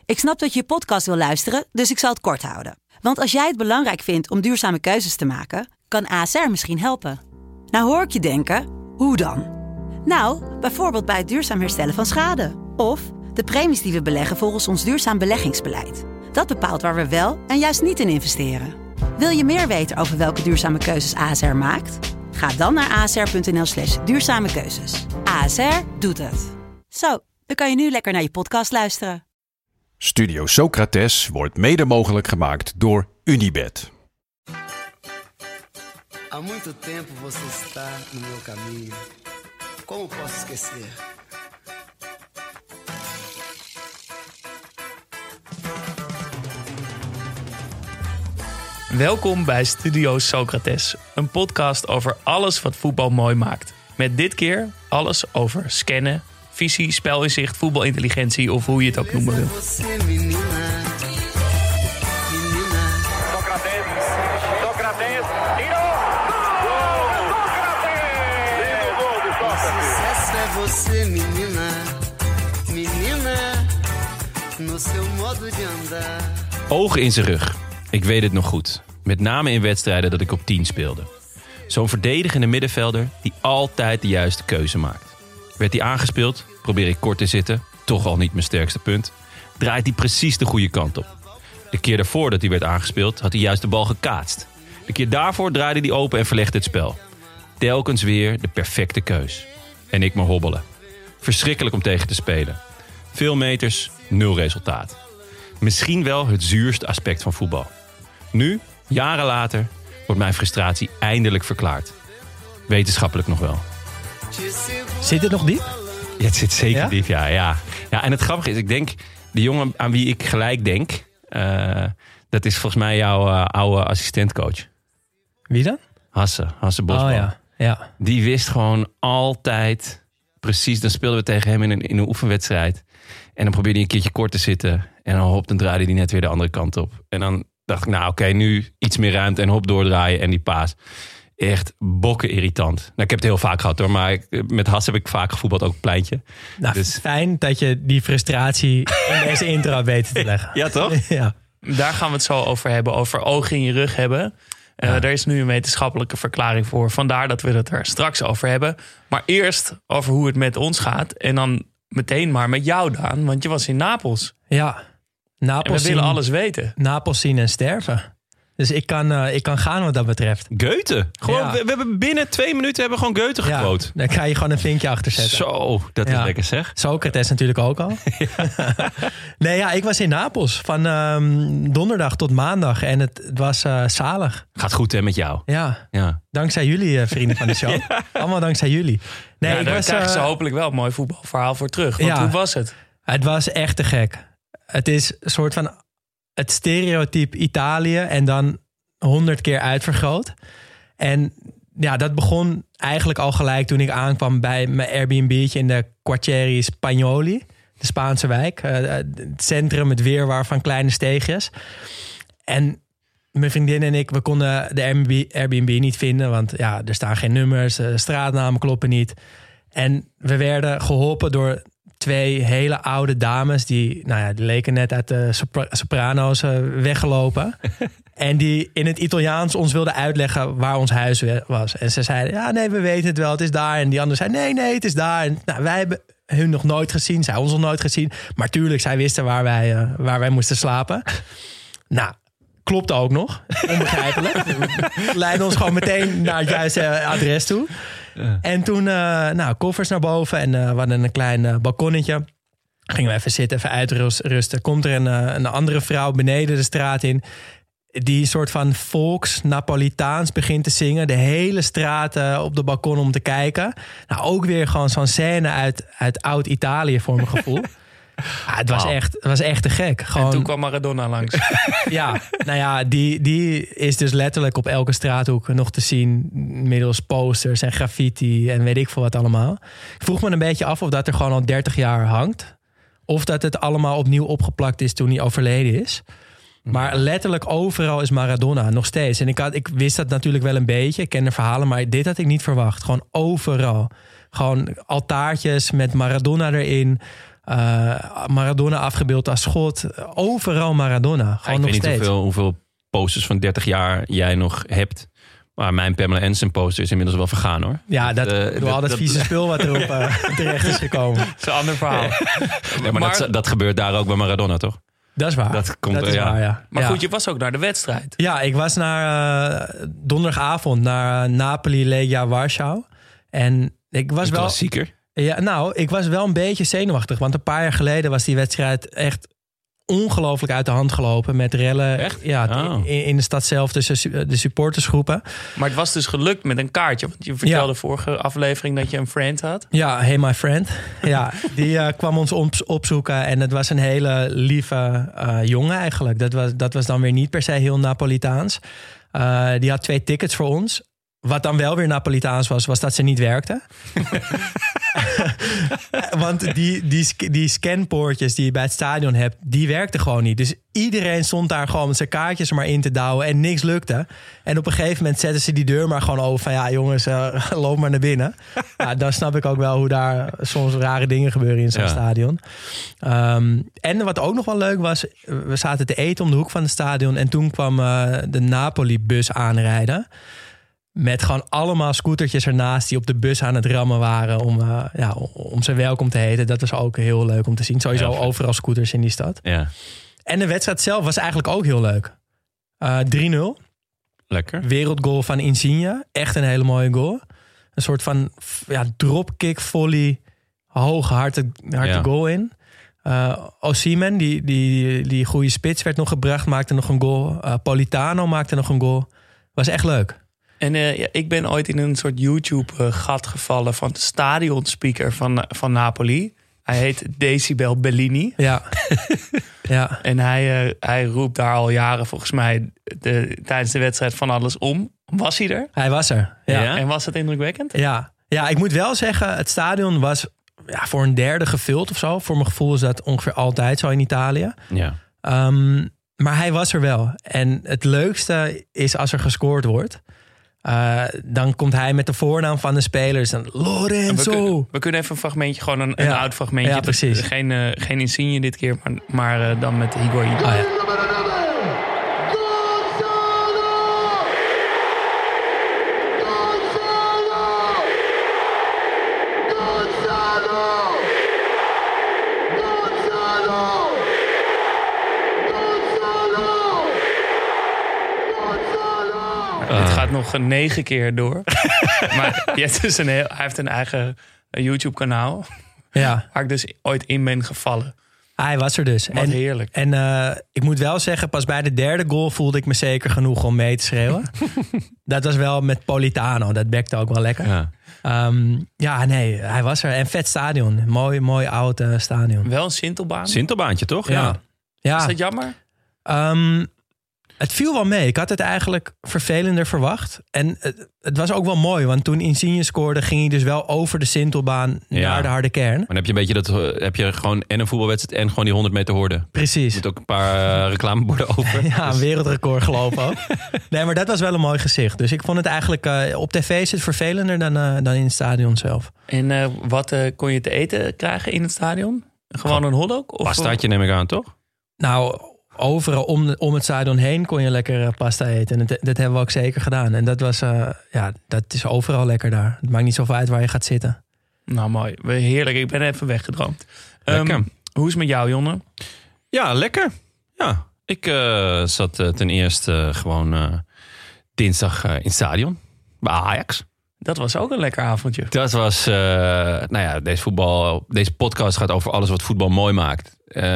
Ik snap dat je podcast wil luisteren, dus ik zal het kort houden. Want als jij het belangrijk vindt om duurzame keuzes te maken, kan ASR misschien helpen. Nou hoor ik je denken, hoe dan? Nou, bijvoorbeeld bij het duurzaam herstellen van schade. Of de premies die we beleggen volgens ons duurzaam beleggingsbeleid. Dat bepaalt waar we wel en juist niet in investeren. Wil je meer weten over welke duurzame keuzes ASR maakt? Ga dan naar asr.nl/duurzame keuzes. ASR doet het. Zo, dan kan je nu lekker naar je podcast luisteren. Studio Socrates wordt mede mogelijk gemaakt door Unibet. Há muito tempo você está no meu caminho. Como posso esquecer? Welkom bij Studio Socrates, een podcast over alles wat voetbal mooi maakt. Met dit keer alles over scannen, visie, spelinzicht, voetbalintelligentie of hoe je het ook noemen wil. Ogen in zijn rug. Ik weet het nog goed. Met name in wedstrijden dat ik op 10 speelde. Zo'n verdedigende middenvelder die altijd de juiste keuze maakt. Werd hij aangespeeld, probeer ik kort te zitten, toch al niet mijn sterkste punt. Draait hij precies de goede kant op. De keer daarvoor dat hij werd aangespeeld, had hij juist de bal gekaatst. De keer daarvoor draaide hij open en verlegde het spel. Telkens weer de perfecte keus. En ik maar hobbelen. Verschrikkelijk om tegen te spelen. Veel meters, 0 resultaat. Misschien wel het zuurste aspect van voetbal. Nu, jaren later, wordt mijn frustratie eindelijk verklaard. Wetenschappelijk nog wel. Zit het nog diep? Ja, het zit zeker diep, ja. Ja, en het grappige is, ik denk, de jongen aan wie ik gelijk denk, dat is volgens mij jouw oude assistentcoach. Wie dan? Hasse Bosman. Oh ja. Die wist gewoon altijd precies, dan speelden we tegen hem in een oefenwedstrijd. En dan probeerde hij een keertje kort te zitten. En dan draaide hij net weer de andere kant op. En dan dacht ik, oké, nu iets meer ruimte en doordraaien en die paas. Echt bokken irritant. Nou, ik heb het heel vaak gehad hoor, maar met Has heb ik vaak gevoetbald, ook op het pleintje. Nou, dus fijn dat je die frustratie in deze intro weet te leggen. Ja, toch? Ja. Daar gaan we het zo over hebben, over ogen in je rug hebben. Daar is nu een wetenschappelijke verklaring voor. Vandaar dat we het er straks over hebben. Maar eerst over hoe het met ons gaat. En dan meteen maar met jou, Daan. Want je was in Napels. Ja. Napels en we willen alles weten. Napels zien en sterven. Dus ik kan gaan wat dat betreft. Goethe. Gewoon, we hebben binnen 2 minuten gewoon Goethe gequote. Ja, daar kan je gewoon een vinkje achter zetten. Zo, dat is lekker zeg. Socrates natuurlijk ook al. Ik was in Napels van donderdag tot maandag. En het was zalig. Gaat goed hè met jou. Ja. Dankzij jullie vrienden van de show. Allemaal dankzij jullie. Daar krijgen ze hopelijk wel een mooi voetbalverhaal voor terug. Want hoe was het? Het was echt te gek. Het is een soort van het stereotype Italië en dan 100 keer uitvergroot. En ja, dat begon eigenlijk al gelijk toen ik aankwam bij mijn Airbnb'tje in de Quartieri Spagnoli, de Spaanse wijk. Het centrum, het weerwaar van kleine steegjes. En mijn vriendin en ik, we konden de Airbnb niet vinden, want er staan geen nummers, straatnamen kloppen niet. En we werden geholpen door 2 hele oude dames die leken net uit de Soprano's weggelopen. En die in het Italiaans ons wilden uitleggen waar ons huis was. En ze zeiden, we weten het wel, het is daar. En die andere zei, nee, het is daar. En wij hebben hun nog nooit gezien, zij ons nog nooit gezien. Maar tuurlijk, zij wisten waar wij moesten slapen. Klopte ook nog. Onbegrijpelijk. Leidde ons gewoon meteen naar het juiste adres toe. En toen koffers naar boven en we hadden een klein balkonnetje. Gingen we even zitten, even uitrusten. Komt er een andere vrouw beneden de straat in, die een soort van volks-Napolitaans begint te zingen. De hele straat op de balkon om te kijken. Ook weer gewoon zo'n scène uit oud-Italië voor mijn gevoel. Het was echt te gek. Gewoon. En toen kwam Maradona langs. Die is dus letterlijk op elke straathoek nog te zien, middels posters en graffiti en weet ik veel wat allemaal. Ik vroeg me een beetje af of dat er gewoon al 30 jaar hangt. Of dat het allemaal opnieuw opgeplakt is toen hij overleden is. Maar letterlijk overal is Maradona, nog steeds. En ik wist dat natuurlijk wel een beetje. Ik ken de verhalen, maar dit had ik niet verwacht. Gewoon overal. Gewoon altaartjes met Maradona erin. Maradona afgebeeld als schot. Overal Maradona. Gewoon nog ik weet steeds. niet hoeveel posters van 30 jaar jij nog hebt. Maar mijn Pamela Anderson poster is inmiddels wel vergaan, hoor. Ja, door al dat vieze spul wat erop terecht is gekomen. Dat is een ander verhaal. Ja, maar dat gebeurt daar ook bij Maradona, toch? Dat is waar. Dat komt is waar, ja. Maar ja. goed, je was ook naar de wedstrijd. Ja, ik was naar donderdagavond naar Napoli, Legia, Warschau. En ik was wel... Klassieker. Ja, nou, ik was wel een beetje zenuwachtig. Want een paar jaar geleden was die wedstrijd echt ongelooflijk uit de hand gelopen. Met rellen. Echt? Ja, in de stad zelf tussen de supportersgroepen. Maar het was dus gelukt met een kaartje. Want je vertelde vorige aflevering dat je een friend had. Ja, hey my friend. Ja, die kwam ons opzoeken. En het was een hele lieve jongen eigenlijk. Dat was dan weer niet per se heel Napolitaans. Die had 2 tickets voor ons. Wat dan wel weer Napolitaans was dat ze niet werkten. Want die scanpoortjes die je bij het stadion hebt, die werkten gewoon niet. Dus iedereen stond daar gewoon met zijn kaartjes maar in te douwen en niks lukte. En op een gegeven moment zetten ze die deur maar gewoon open van ja jongens, loop maar naar binnen. Ja, dan snap ik ook wel hoe daar soms rare dingen gebeuren in zo'n stadion. En wat ook nog wel leuk was, we zaten te eten om de hoek van het stadion en toen kwam de Napoli-bus aanrijden. Met gewoon allemaal scootertjes ernaast die op de bus aan het rammen waren om ze welkom te heten. Dat was ook heel leuk om te zien. Sowieso overal scooters in die stad. Ja. En de wedstrijd zelf was eigenlijk ook heel leuk. 3-0. Lekker. Wereldgoal van Insigne. Echt een hele mooie goal. Een soort van dropkick, volley, hoge, harde goal in. Osimhen, die goede spits, werd nog gebracht. Maakte nog een goal. Politano maakte nog een goal. Was echt leuk. En ik ben ooit in een soort YouTube-gat gevallen van de stadionspeaker van Napoli. Hij heet Decibel Bellini. Ja. Ja. En hij roept daar al jaren volgens mij tijdens de wedstrijd van alles om. Was hij er? Hij was er. Ja. En was het indrukwekkend? Ja, ik moet wel zeggen, het stadion was voor een derde gevuld of zo. Voor mijn gevoel is dat ongeveer altijd zo in Italië. Ja. Maar hij was er wel. En het leukste is als er gescoord wordt. Dan komt hij met de voornaam van de spelers. Dan Lorenzo. We kunnen even een fragmentje, gewoon een oud fragmentje. Ja, precies. Geen Insigne dit keer, maar dan met Higuaín. Oh, ja. Het gaat nog 9 keer door. Maar hij heeft een eigen YouTube-kanaal. Ja. Waar ik dus ooit in ben gevallen. Hij was er dus. Wat heerlijk. En ik moet wel zeggen, pas bij de derde goal voelde ik me zeker genoeg om mee te schreeuwen. Dat was wel met Politano. Dat bekte ook wel lekker. Ja. Hij was er. En vet stadion. Mooi oud stadion. Wel een Sintelbaan. Sintelbaantje, toch? Ja. Is dat jammer? Het viel wel mee. Ik had het eigenlijk vervelender verwacht. En het was ook wel mooi. Want toen Insigne scoorde, ging hij dus wel over de Sintelbaan naar de harde kern. Maar dan heb je een beetje heb je gewoon en een voetbalwedstrijd en gewoon die 100 meter horde. Precies. Er moet ook een paar reclameborden over. Ja, een wereldrecord gelopen ook. Nee, maar dat was wel een mooi gezicht. Dus ik vond het eigenlijk op tv is het vervelender dan in het stadion zelf. En wat kon je te eten krijgen in het stadion? Gewoon een hotdog? Pastaatje neem ik aan, toch? Nou, overal om het stadion heen kon je lekker pasta eten. En dat hebben we ook zeker gedaan. En dat was, dat is overal lekker daar. Het maakt niet zoveel uit waar je gaat zitten. Nou, mooi. Heerlijk. Ik ben even weggedroomd. Lekker. Hoe is het met jou, Jonne? Ja, lekker. Ja, ik zat ten eerste gewoon dinsdag in het stadion. Bij Ajax. Dat was ook een lekker avondje. Dat was, deze podcast gaat over alles wat voetbal mooi maakt.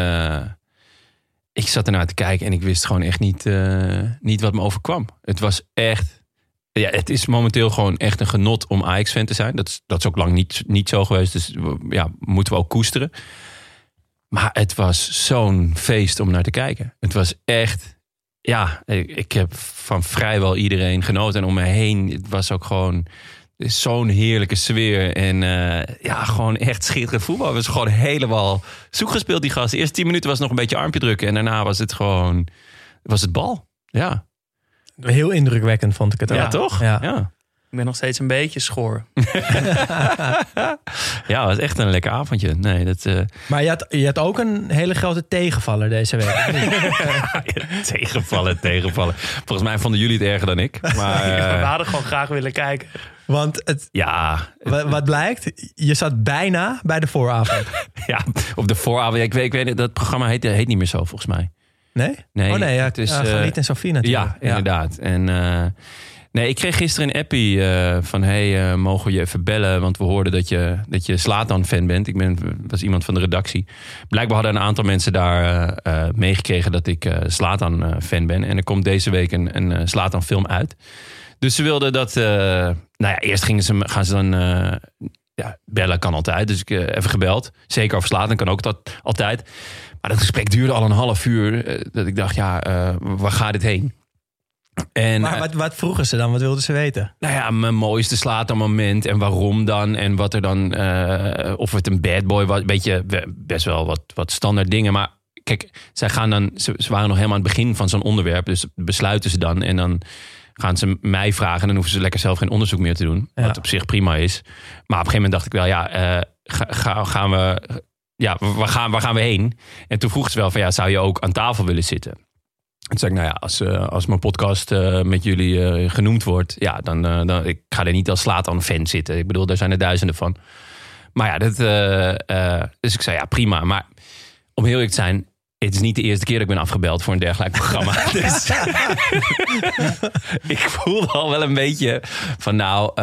Ik zat ernaar te kijken en ik wist gewoon echt niet wat me overkwam. Het was echt... Ja, het is momenteel gewoon echt een genot om Ajax-fan te zijn. Dat is ook lang niet zo geweest. Dus ja, moeten we ook koesteren. Maar het was zo'n feest om naar te kijken. Het was echt... Ja, ik heb van vrijwel iedereen genoten. En om me heen, het was ook gewoon... Zo'n heerlijke sfeer. En gewoon echt schitterend voetbal. Het was gewoon helemaal zoek gespeeld, die gasten. De eerste 10 minuten was het nog een beetje armpje drukken. En daarna was het gewoon... Was het bal. Ja. Heel indrukwekkend vond ik het ook. Ja, toch? Ja. Ik ben nog steeds een beetje schoor. Ja, het was echt een lekker avondje. Nee, dat... Maar je had ook een hele grote tegenvaller deze week. Tegenvallen. Volgens mij vonden jullie het erger dan ik. Maar, We hadden gewoon graag willen kijken. Want wat blijkt? Je zat bijna bij de vooravond. Ja, op de vooravond. Ik weet niet, dat programma heet niet meer zo, volgens mij. Nee? Nee, Oh nee, het is, Galit en Sofie natuurlijk. Ja, inderdaad. En nee, ik kreeg gisteren een appie van... mogen we je even bellen? Want we hoorden dat je Zlatan-fan bent. Was iemand van de redactie. Blijkbaar hadden een aantal mensen daar meegekregen... dat ik Zlatan-fan ben. En er komt deze week een Zlatan-film uit. Dus ze wilden dat... eerst gaan ze dan... bellen kan altijd. Dus ik even gebeld. Zeker over Zlatan kan ook dat altijd. Maar dat gesprek duurde al een half uur. Dat ik dacht, waar gaat dit heen? En, maar wat vroegen ze dan? Wat wilden ze weten? Nou ja, mijn mooiste Zlatan moment. En waarom dan? En wat er dan... of het een bad boy was. Beetje best wel wat standaard dingen. Maar kijk, zij gaan dan... Ze waren nog helemaal aan het begin van zo'n onderwerp. Dus besluiten ze dan. En dan gaan ze mij vragen. En dan hoeven ze lekker zelf geen onderzoek meer te doen. Ja. Wat op zich prima is. Maar op een gegeven moment dacht ik wel... gaan we... Ja, waar gaan we heen? En toen vroeg ze wel van... zou je ook aan tafel willen zitten? En toen zei ik, als mijn podcast met jullie genoemd wordt... dan ik ga er niet als Zlatan-fan zitten. Ik bedoel, daar zijn er duizenden van. Maar dus ik zei, prima. Maar om heel eerlijk te zijn... Het is niet de eerste keer dat ik ben afgebeld voor een dergelijk programma. Dus ik voelde al wel een beetje van laat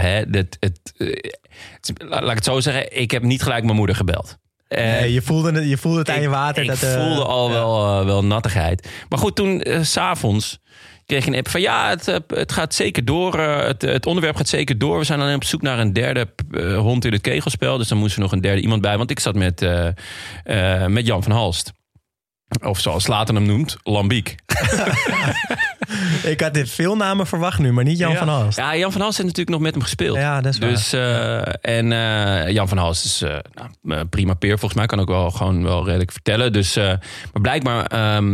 ik het zo zeggen. Ik heb niet gelijk mijn moeder gebeld. Je voelde het aan je water. Ik voelde al wel nattigheid. Maar goed, toen 's avonds kreeg ik een app van het gaat zeker door. Het onderwerp gaat zeker door. We zijn alleen op zoek naar een derde hond in het kegelspel. Dus dan moest er nog een derde iemand bij. Want ik zat met Jan van Halst. Of zoals Zlatan hem noemt, Lambiek. Ik had dit veel namen verwacht nu, maar niet Jan van Halst. Ja, Jan van Halst heeft natuurlijk nog met hem gespeeld. Ja, dat is waar. Dus, Jan van Halst is prima peer. Volgens mij kan ook wel gewoon wel redelijk vertellen. Dus, maar blijkbaar...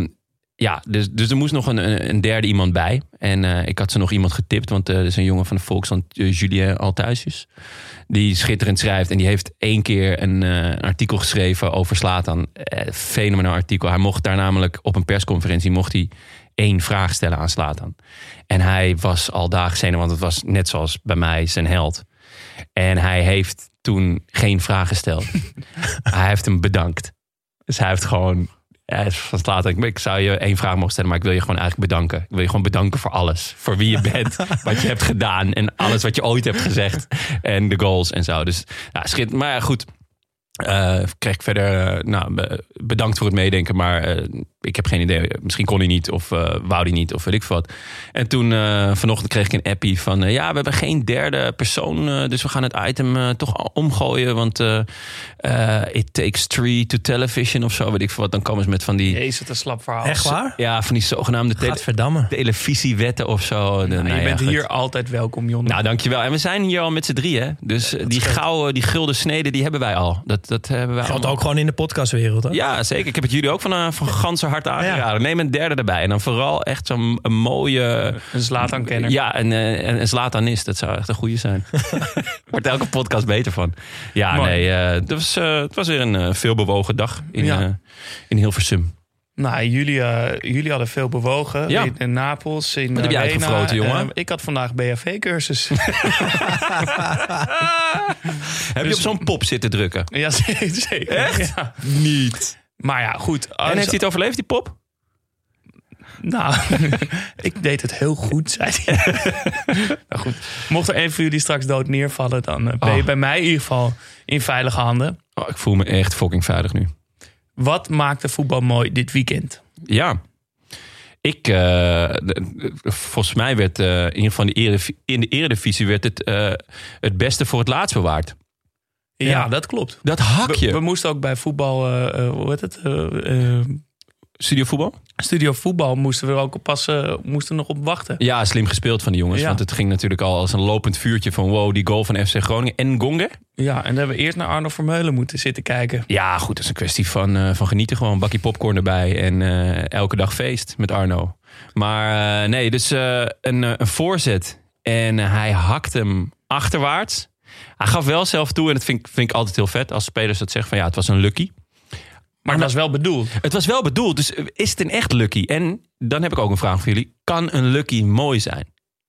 Dus er moest nog een derde iemand bij. En ik had ze nog iemand getipt. Want er is een jongen van de Volkskrant, Julien Althuisjes. Die schitterend schrijft. En die heeft 1 keer een artikel geschreven over Zlatan. Fenomenaal artikel. Hij mocht daar namelijk op een persconferentie 1 vraag stellen aan Zlatan. En hij was al dagen zenuwachtig. Want het was net zoals bij mij zijn held. En hij heeft toen geen vraag gesteld. Hij heeft hem bedankt. Dus hij heeft gewoon... van Zlatan, ik zou je 1 vraag mogen stellen, maar ik wil je gewoon eigenlijk bedanken. Ik wil je gewoon bedanken voor alles. Voor wie je bent, wat je hebt gedaan en alles wat je ooit hebt gezegd. En de goals en zo. Dus schitterend. Maar goed, kreeg ik verder bedankt voor het meedenken. Maar ik heb geen idee. Misschien kon hij niet of wou hij niet of weet ik veel wat. En toen vanochtend kreeg ik een appie van... we hebben geen derde persoon. Dus we gaan het item toch omgooien. Want it takes 3 to television of zo. Weet ik veel wat. Dan komen ze met van die... Jezus, wat een slap verhaal. Echt waar? Ja, van die zogenaamde televisiewetten of zo. Je bent hier altijd welkom, Jon. Nou, dankjewel. En we zijn hier al met z'n 3, hè. Dus die gulden snede, die hebben wij al. Dat hebben wij geldt ook gewoon in de podcastwereld, hè? Ja, zeker. Ik heb het jullie ook van ganse hart aangeraden. Ja. Neem een derde erbij. En dan vooral echt zo'n mooie... Een Zlatan-kenner. Ja, een Zlatanist. Dat zou echt een goede zijn. Wordt elke podcast beter van. Ja, mooi. Het was weer een veelbewogen dag in Hilversum. Nou, jullie hadden veel bewogen. Ja. In Napels, in Wat heb je uitgefroten, jongen? Ik had vandaag BHV-cursus. Heb je op zo'n pop zitten drukken? Ja, zeker. Echt? Ja. Niet. Maar ja, goed. En heeft hij het overleefd, die pop? Nou, ik deed het heel goed, zei hij. Nou goed, mocht er een van jullie straks dood neervallen... dan ben je bij mij in ieder geval in veilige handen. Ik voel me echt fucking veilig nu. Wat maakte voetbal mooi dit weekend? Ja, volgens mij werd in ieder geval in de Eredivisie... werd het beste voor het laatst bewaard. Ja, dat klopt. Dat hakje. We moesten ook bij voetbal... hoe heet het? Studio Voetbal? Studio Voetbal moesten we ook moesten nog op wachten. Ja, slim gespeeld van die jongens. Ja. Want het ging natuurlijk al als een lopend vuurtje van... wow, die goal van FC Groningen en Gonger. Ja, en dan hebben we eerst naar Arno Vermeulen moeten zitten kijken. Ja, goed, dat is een kwestie van genieten. Gewoon een bakje popcorn erbij en elke dag feest met Arno. Maar nee, dus een voorzet En hij hakte hem achterwaarts. Hij gaf wel zelf toe, en dat vind ik altijd heel vet... als spelers dat zeggen van ja, het was een lucky. Maar het was wel bedoeld. Het was wel bedoeld, dus is het een echt lucky? En dan heb ik ook een vraag voor jullie. Kan een lucky mooi zijn?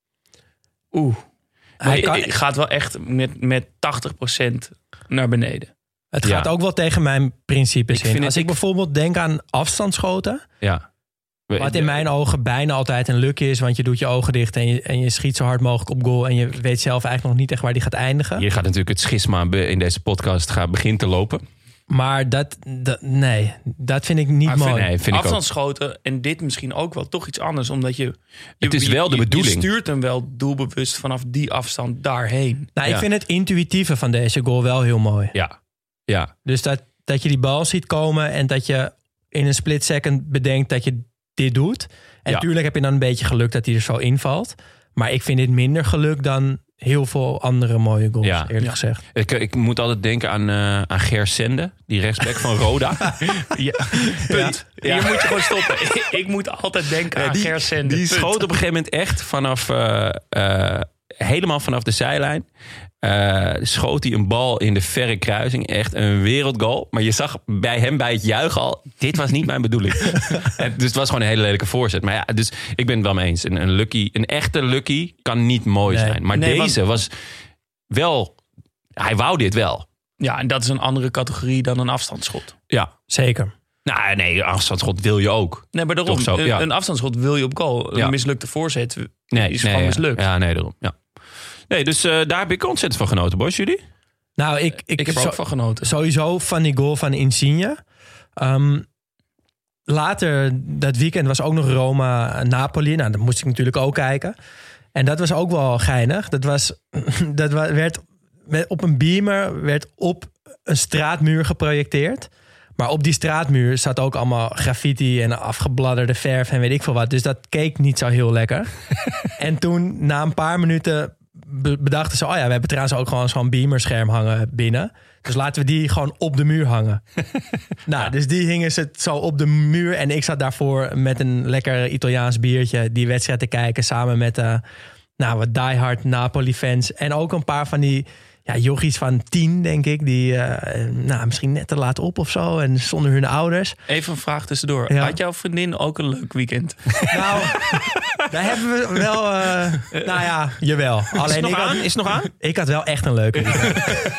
Hij gaat wel echt met 80% naar beneden. Het gaat ook wel tegen mijn principes in. Als ik bijvoorbeeld denk aan afstandsschoten... Ja. Wat in mijn ogen bijna altijd een lucky is... want je doet je ogen dicht en je schiet zo hard mogelijk op goal... en je weet zelf eigenlijk nog niet echt waar die gaat eindigen. Hier gaat natuurlijk het schisma in deze podcast begint te lopen. Maar dat vind ik niet mooi. Afstandsschoten en dit misschien ook wel toch iets anders. Omdat het is wel de bedoeling. Je stuurt hem wel doelbewust vanaf die afstand daarheen. Nou, ik vind het intuïtieve van deze goal wel heel mooi. Ja. Dus dat je die bal ziet komen en dat je in een split second bedenkt dat je dit doet. En natuurlijk heb je dan een beetje geluk dat hij er zo invalt. Maar ik vind dit minder geluk dan heel veel andere mooie goals, eerlijk gezegd. Ik moet altijd denken aan Ger Sende, die rechtsback van Roda. Punt. Hier moet je gewoon stoppen. Ik moet altijd denken aan Ger Sende. Die schoot op een gegeven moment echt helemaal vanaf de zijlijn. Schoot hij een bal in de verre kruising. Echt een wereldgoal. Maar je zag bij hem bij het juichen al... dit was niet mijn bedoeling. Dus het was gewoon een hele lelijke voorzet. Maar ja, dus ik ben het wel mee eens. Een echte lucky kan niet mooi zijn. Maar deze was wel... Hij wou dit wel. Ja, en dat is een andere categorie dan een afstandsschot. Ja, zeker. Nou, nee, een afstandsschot wil je ook. Nee, maar daarom. Een afstandsschot wil je op goal. Een mislukte voorzet is gewoon mislukt. Ja, nee, daarom. Ja. Nee, dus daar heb ik ontzettend van genoten, boys. Jullie? Nou, ik heb er ook van genoten. Sowieso van die goal van Insigne. Later dat weekend was ook nog Roma-Napoli. Nou, dat moest ik natuurlijk ook kijken. En dat was ook wel geinig. Dat werd op een beamer, werd op een straatmuur geprojecteerd. Maar op die straatmuur zat ook allemaal graffiti en afgebladderde verf en weet ik veel wat. Dus dat keek niet zo heel lekker. En toen, na een paar minuten, bedachten ze... we hebben trouwens ook gewoon zo'n beamerscherm hangen binnen. Dus laten we die gewoon op de muur hangen. Dus die hingen ze zo op de muur. En ik zat daarvoor met een lekker Italiaans biertje... die wedstrijd te kijken samen met wat diehard Napoli-fans. En ook een paar van die... jochies van 10, denk ik, die misschien net te laat op of zo. En zonder hun ouders. Even een vraag tussendoor. Ja. Had jouw vriendin ook een leuk weekend? Nou, daar hebben we wel... jawel. Alleen is het nog aan? Ik had wel echt een leuke weekend.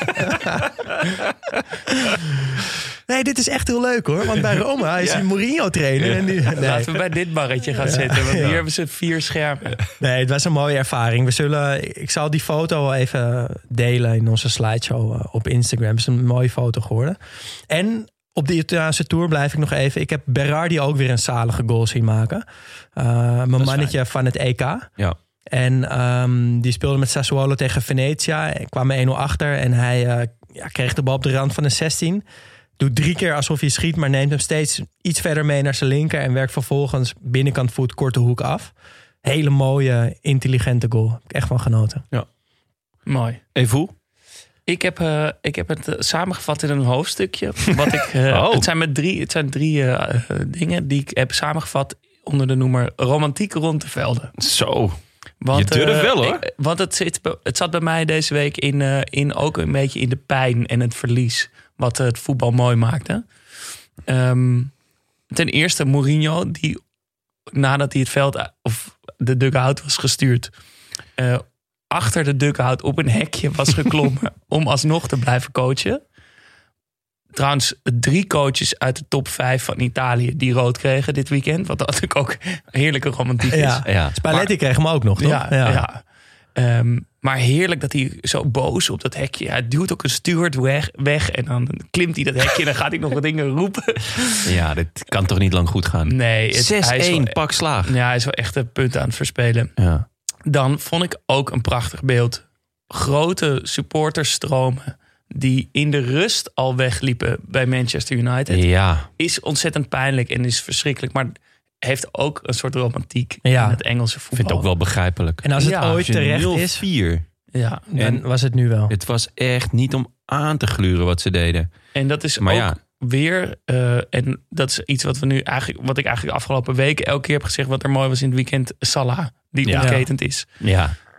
Nee, dit is echt heel leuk hoor. Want bij Roma is hij Mourinho trainer. Ja. Laten we bij dit barretje gaan zitten. Want hier hebben ze 4 schermen. Nee, het was een mooie ervaring. Ik zal die foto wel even delen in onze slideshow op Instagram. Het is een mooie foto geworden. En op de Italiaanse Tour blijf ik nog even. Ik heb Berardi ook weer een zalige goal zien maken. Mijn mannetje van het EK. Ja. En die speelde met Sassuolo tegen Venezia. Kwam 1-0 achter. En hij kreeg de bal op de rand van de 16. Doet 3 keer alsof hij schiet, maar neemt hem steeds iets verder mee naar zijn linker. En werkt vervolgens binnenkant voet korte hoek af. Hele mooie, intelligente goal. Heb ik echt van genoten. Ja. Mooi. Evo? Ik heb het samengevat in een hoofdstukje. Het zijn drie dingen die ik heb samengevat onder de noemer romantiek rond de velden. Zo. Want, je durft wel hoor. Want het zat bij mij deze week in ook een beetje in de pijn en het verlies. Wat het voetbal mooi maakte. Ten eerste Mourinho, die nadat hij het veld of de dugout was gestuurd... achter de dugout op een hekje was geklommen om alsnog te blijven coachen. Trouwens, 3 coaches uit de top 5 van Italië die rood kregen dit weekend. Wat natuurlijk ook heerlijke romantiek is. Ja. Spalletti kreeg hem ook nog, toch? Ja. Maar heerlijk dat hij zo boos op dat hekje... Hij duwt ook een steward weg en dan klimt hij dat hekje... en dan gaat hij nog wat dingen roepen. Ja, dit kan toch niet lang goed gaan? Nee. 6-1, pak slaag. Ja, hij is wel echt een punt aan het verspelen. Ja. Dan vond ik ook een prachtig beeld. Grote supporterstromen die in de rust al wegliepen bij Manchester United. Ja. Is ontzettend pijnlijk en is verschrikkelijk. Maar heeft ook een soort romantiek in het Engelse voetbal. Ik vind het ook wel begrijpelijk. En als het ooit terecht is, 0-4. Ja, dan was het nu wel. Het was echt niet om aan te gluren wat ze deden. En dat is weer... en dat is iets wat ik eigenlijk de afgelopen weken elke keer heb gezegd... wat er mooi was in het weekend, Salah, die ontketend is. Ja.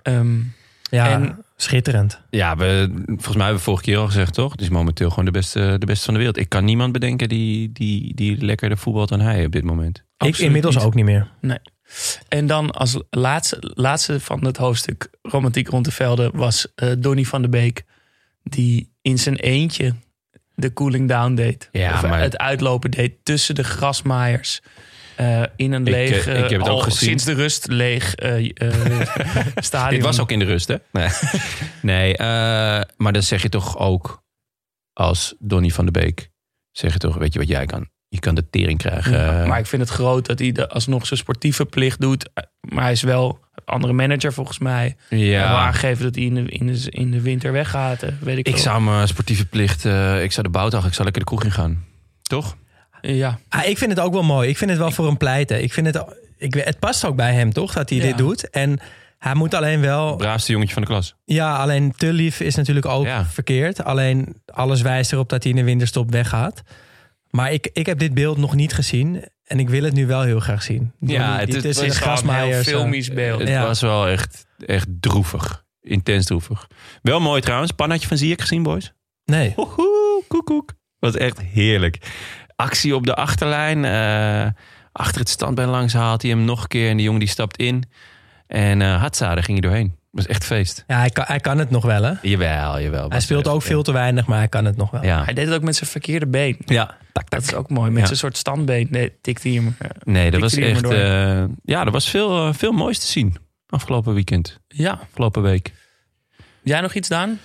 Schitterend. Ja, volgens mij hebben we vorige keer al gezegd, toch? Het is momenteel gewoon de beste van de wereld. Ik kan niemand bedenken die lekkerder voetbalt dan hij op dit moment. Ik inmiddels niet. Ook niet meer. Nee. En dan als laatste van het hoofdstuk Romantiek rond de velden was Donny van de Beek, die in zijn eentje de cooling down deed. Ja, maar het uitlopen deed tussen de grasmaaiers. In een leeg, ik heb het ook gezien. Sinds de rust leeg stadion. Dit was ook in de rust, hè? Nee, maar dan zeg je toch ook als Donny van de Beek, zeg je toch, weet je wat jij kan? Je kan de tering krijgen. Ja, maar ik vind het groot dat hij alsnog zijn sportieve plicht doet. Maar hij is wel een andere manager volgens mij. Ja. Hij wil aangeven dat hij in de winter weggaat. Weet ik zou mijn sportieve plicht, ik zou de boutdag, ik zou lekker de kroeg in gaan. Toch? Ja. Ik vind het ook wel mooi. Ik vind het wel voor hem pleiten. Het past ook bij hem, toch? Dat hij dit doet. En hij moet alleen wel... Het braafste jongetje van de klas. Ja, alleen te lief is natuurlijk ook verkeerd. Alleen alles wijst erop dat hij in de winterstop weggaat. Maar ik heb dit beeld nog niet gezien. En ik wil het nu wel heel graag zien. Ja, het is een heel filmisch beeld. Het was wel echt droevig. Intens droevig. Wel mooi trouwens. Pannatje van Ziyech gezien, boys? Nee. Koekoek. Was echt heerlijk. Actie op de achterlijn. Achter het standbeen langs haalt hij hem nog een keer. En die jongen die stapt in. En Hatsa, daar ging hij doorheen. Dat was echt feest. Ja, hij kan het nog wel, hè? Jawel. Hij speelt ook veel te weinig, maar hij kan het nog wel. Ja. Hij deed het ook met zijn verkeerde been. Ja. Dat is ook mooi. Met zijn soort standbeen tikte hij hem. Nee, dat was echt... er was veel moois te zien. Afgelopen weekend. Ja. Afgelopen week. Jij nog iets, Daan?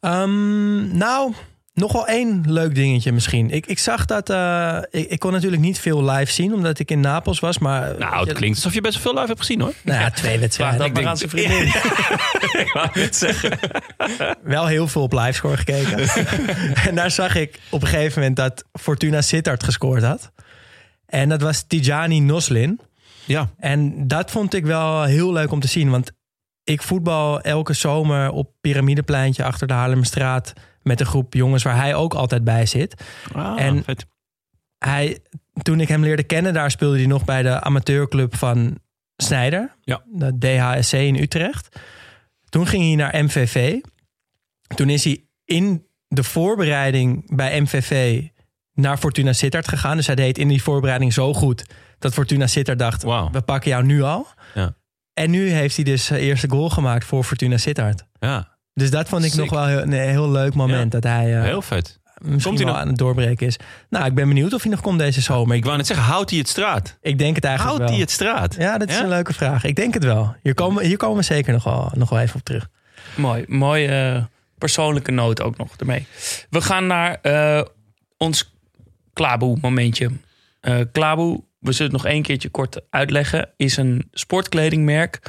Nou... Nog wel één leuk dingetje misschien. Ik zag dat... Ik kon natuurlijk niet veel live zien, omdat ik in Napels was. Maar, het klinkt alsof je best wel veel live hebt gezien, hoor. Nou ja, 2 wedstrijden. Vraag dat maar aan zijn vriendin. Ik wou het zeggen. Wel heel veel op livescore gekeken. En daar zag ik op een gegeven moment dat Fortuna Sittard gescoord had. En dat was Tijani Noslin. Ja. En dat vond ik wel heel leuk om te zien. Want ik voetbal elke zomer op Pyramidepleintje achter de Haarlemmerstraat met een groep jongens waar hij ook altijd bij zit. En vet. Toen ik hem leerde kennen, daar speelde hij nog bij de amateurclub van Snijder. Ja. De DHSC in Utrecht. Toen ging hij naar MVV. Toen is hij in de voorbereiding bij MVV naar Fortuna Sittard gegaan. Dus hij deed in die voorbereiding zo goed dat Fortuna Sittard dacht, we pakken jou nu al. Ja. En nu heeft hij dus zijn eerste goal gemaakt voor Fortuna Sittard. Ja. Dus dat vond ik nog wel een heel leuk moment. Dat hij heel vet. Misschien komt hij wel aan het doorbreken is. Nou, ik ben benieuwd of hij nog komt deze zomer. Ik wou net zeggen, houdt hij het straat? Ik denk het eigenlijk wel. Houdt hij het straat? Ja, dat is een leuke vraag. Ik denk het wel. Hier komen we zeker nog wel even op terug. Mooi persoonlijke noot ook nog ermee. We gaan naar ons Klaboe momentje. Klaboe, we zullen het nog 1 keertje kort uitleggen, is een sportkledingmerk.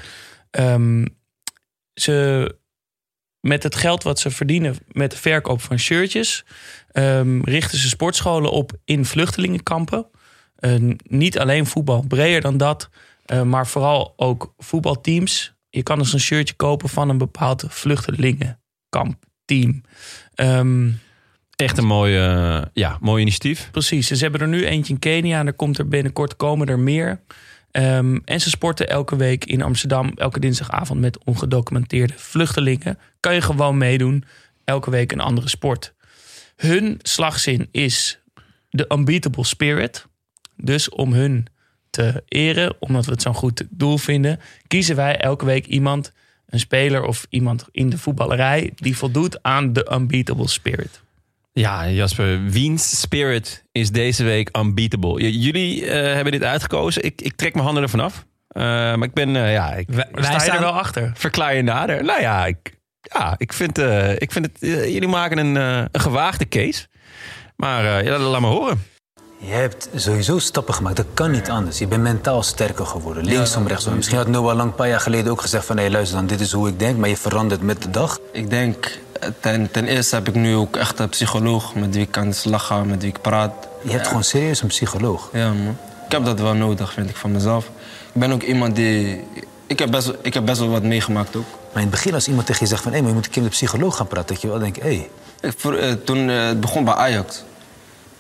Met het geld wat ze verdienen met de verkoop van shirtjes richten ze sportscholen op in vluchtelingenkampen. Niet alleen voetbal, breder dan dat. Maar vooral ook voetbalteams. Je kan dus een shirtje kopen van een bepaald vluchtelingenkampteam. Echt een mooi initiatief. Precies. Ze hebben er nu eentje in Kenia en er komt er binnenkort komen er meer. En ze sporten elke week in Amsterdam, elke dinsdagavond met ongedocumenteerde vluchtelingen. Kan je gewoon meedoen, elke week een andere sport. Hun slagzin is de unbeatable spirit. Dus om hun te eren, omdat we het zo'n goed doel vinden, kiezen wij elke week iemand, een speler of iemand in de voetballerij, die voldoet aan de unbeatable spirit. Ja, Jasper, wiens spirit is deze week unbeatable? Jullie hebben dit uitgekozen. Ik trek mijn handen ervan af. Maar ik ben... wij staan er wel achter. Verklaar je nader. Nou ja, ik vind het... jullie maken een gewaagde case. Maar laat maar horen. Je hebt sowieso stappen gemaakt. Dat kan niet anders. Je bent mentaal sterker geworden. Linksom, rechtsom. Misschien had Noah Lang een paar jaar geleden ook gezegd van, hey, luister dan, dit is hoe ik denk. Maar je verandert met de dag. Ik denk, ten eerste heb ik nu ook echt een psycholoog met wie ik kan lachen, met wie ik praat. Je hebt gewoon serieus een psycholoog? Ja, man. Ik heb dat wel nodig, vind ik, van mezelf. Ik ben ook iemand die... Ik heb best wel wat meegemaakt ook. Maar in het begin als iemand tegen je zegt van, hé, maar je moet een keer met de psycholoog gaan praten, dat je wel denkt, hé. Toen het begon bij Ajax.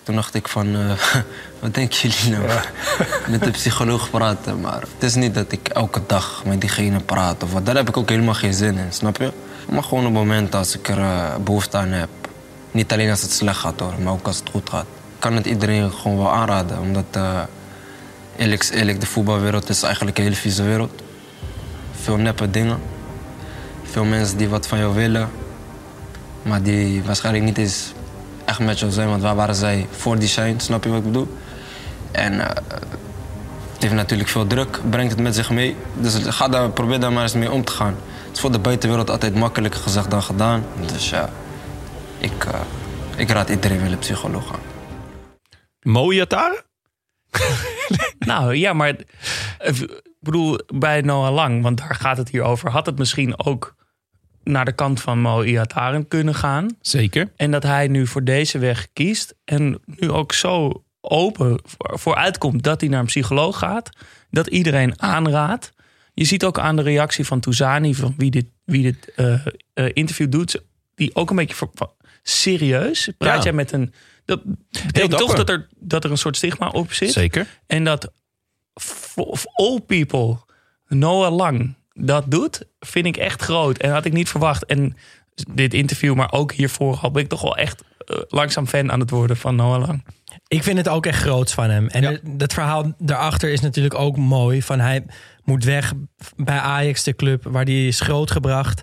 Toen dacht ik van, wat denken jullie nou? Met de psycholoog praten. Maar het is niet dat ik elke dag met diegene praat. Of wat. Daar heb ik ook helemaal geen zin in, snap je? Maar gewoon op het moment als ik er behoefte aan heb. Niet alleen als het slecht gaat hoor, maar ook als het goed gaat. Ik kan het iedereen gewoon wel aanraden. Omdat, eerlijk, de voetbalwereld is eigenlijk een hele vieze wereld. Veel neppe dingen. Veel mensen die wat van jou willen. Maar die waarschijnlijk niet eens echt met jou zijn. Want waar waren zij voor die zijn, snap je wat ik bedoel? En het heeft natuurlijk veel druk, brengt het met zich mee. Dus probeer daar maar eens mee om te gaan. Het is voor de buitenwereld altijd makkelijker gezegd dan gedaan. Dus ja, ik raad iedereen wel een psycholoog aan. Mo Iataren? Nou ja, maar ik bedoel bij Noah Lang, want daar gaat het hier over. Had het misschien ook naar de kant van Mo Iataren kunnen gaan? Zeker. En dat hij nu voor deze weg kiest en nu ook zo open voor uitkomt dat hij naar een psycholoog gaat. Dat iedereen aanraadt. Je ziet ook aan de reactie van Touzani, van wie dit interview doet, die ook een beetje serieus. Praat jij met een... Dat betekent toch dat er een soort stigma op zit. Zeker. En dat of all people Noah Lang dat doet, vind ik echt groot. En had ik niet verwacht. En dit interview, maar ook hiervoor al ben ik toch wel echt langzaam fan aan het worden van Noah Lang. Ik vind het ook echt groots van hem. En dat verhaal daarachter is natuurlijk ook mooi. Van hij moet weg bij Ajax, de club waar hij is grootgebracht.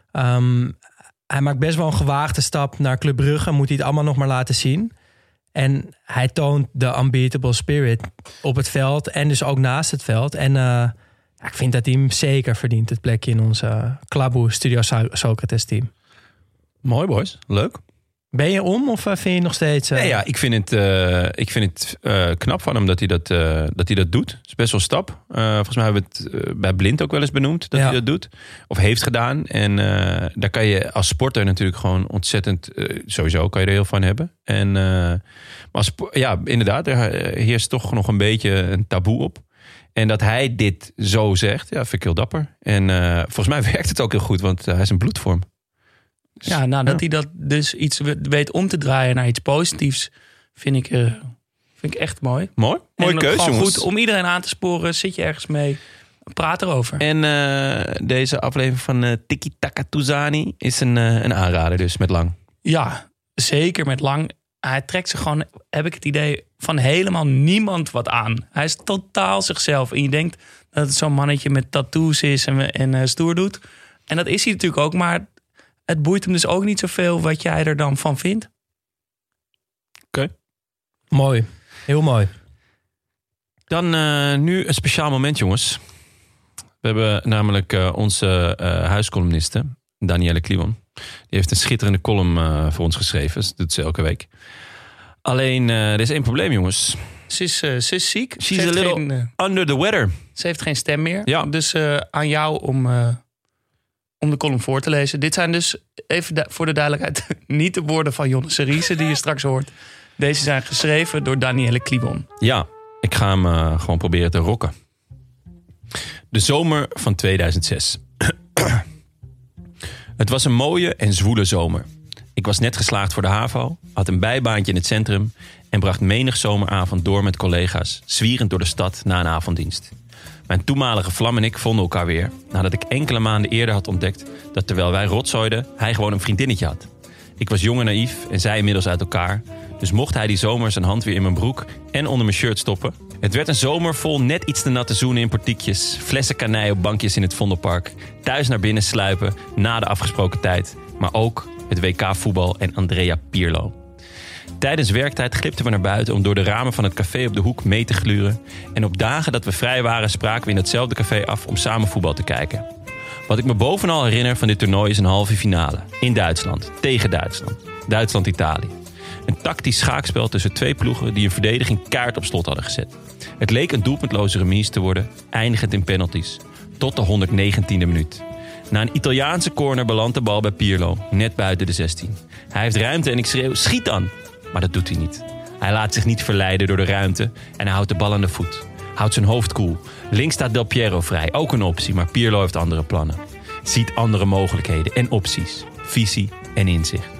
Hij maakt best wel een gewaagde stap naar Club Brugge. Moet hij het allemaal nog maar laten zien. En hij toont de unbeatable spirit op het veld. En dus ook naast het veld. En ik vind dat hij hem zeker verdient. Het plekje in onze Klaboe Studio Socrates team. Mooi boys, leuk. Ben je om of vind je nog steeds... Nee, ja, ik vind het knap van hem dat hij dat doet. Het is best wel een stap. Volgens mij hebben we het bij Blind ook wel eens benoemd dat hij dat doet. Of heeft gedaan. En daar kan je als sporter natuurlijk gewoon ontzettend... sowieso kan je er heel van hebben. En, maar inderdaad, er heerst toch nog een beetje een taboe op. En dat hij dit zo zegt, vind ik heel dapper. En volgens mij werkt het ook heel goed, want hij is een bloedvorm. Ja, dat hij dat dus iets weet om te draaien naar iets positiefs, vind ik echt mooi. Mooi, mooie keuze, jongens. Goed om iedereen aan te sporen, zit je ergens mee, praat erover. En deze aflevering van Tiki Taka Touzani is een aanrader dus met Lang. Ja, zeker met Lang. Hij trekt zich gewoon, heb ik het idee, van helemaal niemand wat aan. Hij is totaal zichzelf. En je denkt dat het zo'n mannetje met tattoos is en stoer doet. En dat is hij natuurlijk ook, maar het boeit hem dus ook niet zoveel wat jij er dan van vindt. Oké. Mooi. Heel mooi. Dan nu een speciaal moment, jongens. We hebben namelijk onze huiscolumniste, Danielle Kliwon. Die heeft een schitterende column voor ons geschreven. Dat doet ze elke week. Alleen, er is één probleem, jongens. Ze is ziek. She's a little under the weather. Ze heeft geen stem meer. Ja. Dus aan jou om de column voor te lezen. Dit zijn dus, even voor de duidelijkheid, niet de woorden van Jonne Seriese die je straks hoort. Deze zijn geschreven door Danielle Kliwon. Ja, ik ga hem gewoon proberen te rocken. De zomer van 2006. Het was een mooie en zwoele zomer. Ik was net geslaagd voor de HAVO, had een bijbaantje in het centrum en bracht menig zomeravond door met collega's, zwierend door de stad na een avonddienst. Mijn toenmalige vlam en ik vonden elkaar weer, nadat ik enkele maanden eerder had ontdekt dat terwijl wij rotzooiden, hij gewoon een vriendinnetje had. Ik was jong en naïef en zij inmiddels uit elkaar, dus mocht hij die zomer zijn hand weer in mijn broek en onder mijn shirt stoppen. Het werd een zomer vol net iets te natte zoenen in portiekjes, flessen kanij op bankjes in het Vondelpark, thuis naar binnen sluipen na de afgesproken tijd, maar ook het WK-voetbal en Andrea Pirlo. Tijdens werktijd glipten we naar buiten om door de ramen van het café op de hoek mee te gluren. En op dagen dat we vrij waren spraken we in hetzelfde café af om samen voetbal te kijken. Wat ik me bovenal herinner van dit toernooi is een halve finale. In Duitsland, tegen Duitsland. Duitsland-Italië. Een tactisch schaakspel tussen twee ploegen die een verdediging kaart op slot hadden gezet. Het leek een doelpuntloze remise te worden, eindigend in penalties. Tot de 119e minuut. Na een Italiaanse corner belandt de bal bij Pirlo, net buiten de 16. Hij heeft ruimte en ik schreeuw, schiet dan! Maar dat doet hij niet. Hij laat zich niet verleiden door de ruimte en hij houdt de bal aan de voet. Houdt zijn hoofd koel. Links staat Del Piero vrij, ook een optie, maar Pirlo heeft andere plannen. Ziet andere mogelijkheden en opties, visie en inzicht.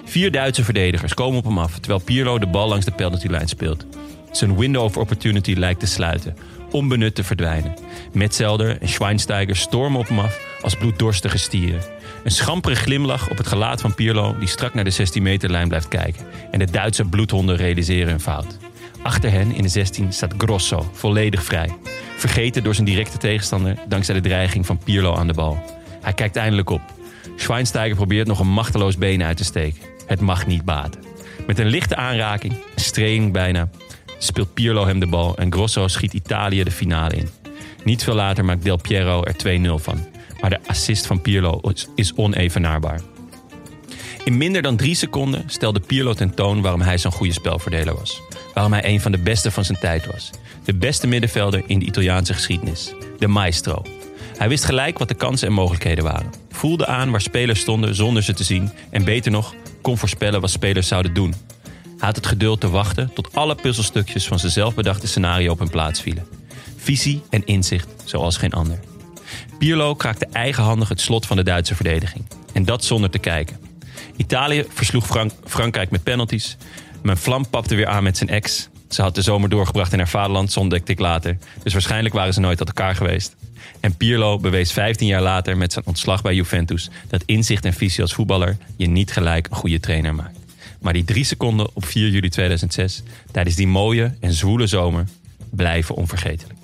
4 Duitse verdedigers komen op hem af, terwijl Pirlo de bal langs de penaltylijn speelt. Zijn window of opportunity lijkt te sluiten, onbenut te verdwijnen. Metzelder en Schweinsteiger stormen op hem af als bloeddorstige stieren. Een schampere glimlach op het gelaat van Pirlo die strak naar de 16-meterlijn blijft kijken. En de Duitse bloedhonden realiseren hun fout. Achter hen in de 16 staat Grosso, volledig vrij. Vergeten door zijn directe tegenstander dankzij de dreiging van Pirlo aan de bal. Hij kijkt eindelijk op. Schweinsteiger probeert nog een machteloos been uit te steken. Het mag niet baten. Met een lichte aanraking, een straining bijna, speelt Pirlo hem de bal en Grosso schiet Italië de finale in. Niet veel later maakt Del Piero er 2-0 van. Maar de assist van Pirlo is onevenaarbaar. In minder dan 3 seconden stelde Pirlo tentoon waarom hij zo'n goede spelverdeler was. Waarom hij een van de beste van zijn tijd was. De beste middenvelder in de Italiaanse geschiedenis. De maestro. Hij wist gelijk wat de kansen en mogelijkheden waren. Voelde aan waar spelers stonden zonder ze te zien. En beter nog, kon voorspellen wat spelers zouden doen. Hij had het geduld te wachten tot alle puzzelstukjes van zijn zelfbedachte scenario op hun plaats vielen. Visie en inzicht zoals geen ander. Pirlo kraakte eigenhandig het slot van de Duitse verdediging. En dat zonder te kijken. Italië versloeg Frankrijk met penalties. Mijn vlam papte weer aan met zijn ex. Ze had de zomer doorgebracht in haar vaderland, ontdekte ik later. Dus waarschijnlijk waren ze nooit tot elkaar geweest. En Pirlo bewees 15 jaar later met zijn ontslag bij Juventus dat inzicht en visie als voetballer je niet gelijk een goede trainer maakt. Maar die 3 seconden op 4 juli 2006, tijdens die mooie en zwoele zomer, blijven onvergetelijk.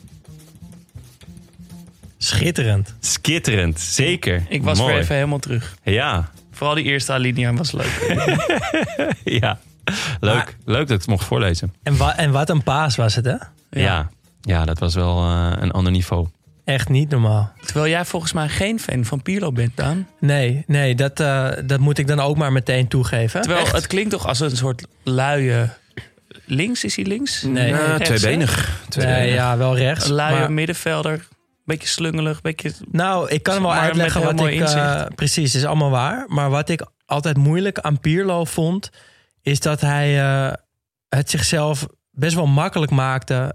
Schitterend. Skitterend, zeker. Ik was Mooi. weer even helemaal terug. Ja. Vooral die eerste alinea was leuk. Ja, leuk. Maar- Leuk dat ik het mocht voorlezen. En wat een paas was het, hè? Ja, dat was wel een ander niveau. Echt niet normaal. Terwijl jij volgens mij geen fan van Pirlo bent, Daan. Nee, dat moet ik dan ook maar meteen toegeven. Terwijl Echt? het klinkt toch als een soort luie... Links, is hij links? Nee. Rechts, hè? Tweebenig. Nee, ja, wel rechts. Een luie maar- middenvelder. Beetje slungelig, beetje... Nou, ik kan hem wel Maar uitleggen met wat heel ik... mooi inzicht. Precies, is allemaal waar. Maar wat ik altijd moeilijk aan Pirlo vond... is dat hij het zichzelf best wel makkelijk maakte...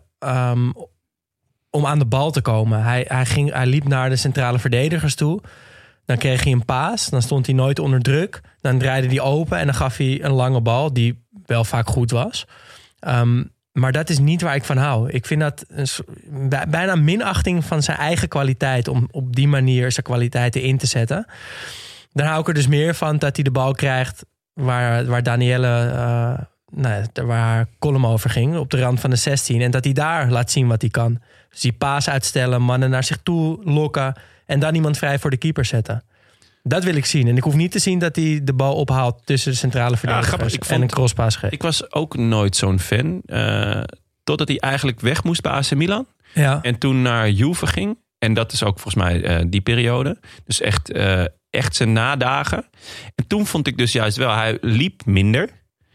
om aan de bal te komen. Hij liep naar de centrale verdedigers toe. Dan kreeg hij een paas. Dan stond hij nooit onder druk. Dan draaide hij open en dan gaf hij een lange bal... die wel vaak goed was. Maar dat is niet waar ik van hou. Ik vind dat bijna minachting van zijn eigen kwaliteit... om op die manier zijn kwaliteiten in te zetten. Dan hou ik er dus meer van dat hij de bal krijgt... waar Danielle... waar haar column over ging, op de rand van de 16. En dat hij daar laat zien wat hij kan. Dus die paas uitstellen, mannen naar zich toe lokken... en dan iemand vrij voor de keeper zetten. Dat wil ik zien. En ik hoef niet te zien dat hij de bal ophaalt... tussen de centrale verdedigers grappig. en een crosspaas geeft. Ik was ook nooit zo'n fan. Totdat hij eigenlijk weg moest bij AC Milan. Ja. En toen naar Juve ging. En dat is ook volgens mij die periode. Dus echt zijn nadagen. En toen vond ik dus juist wel... Hij liep minder...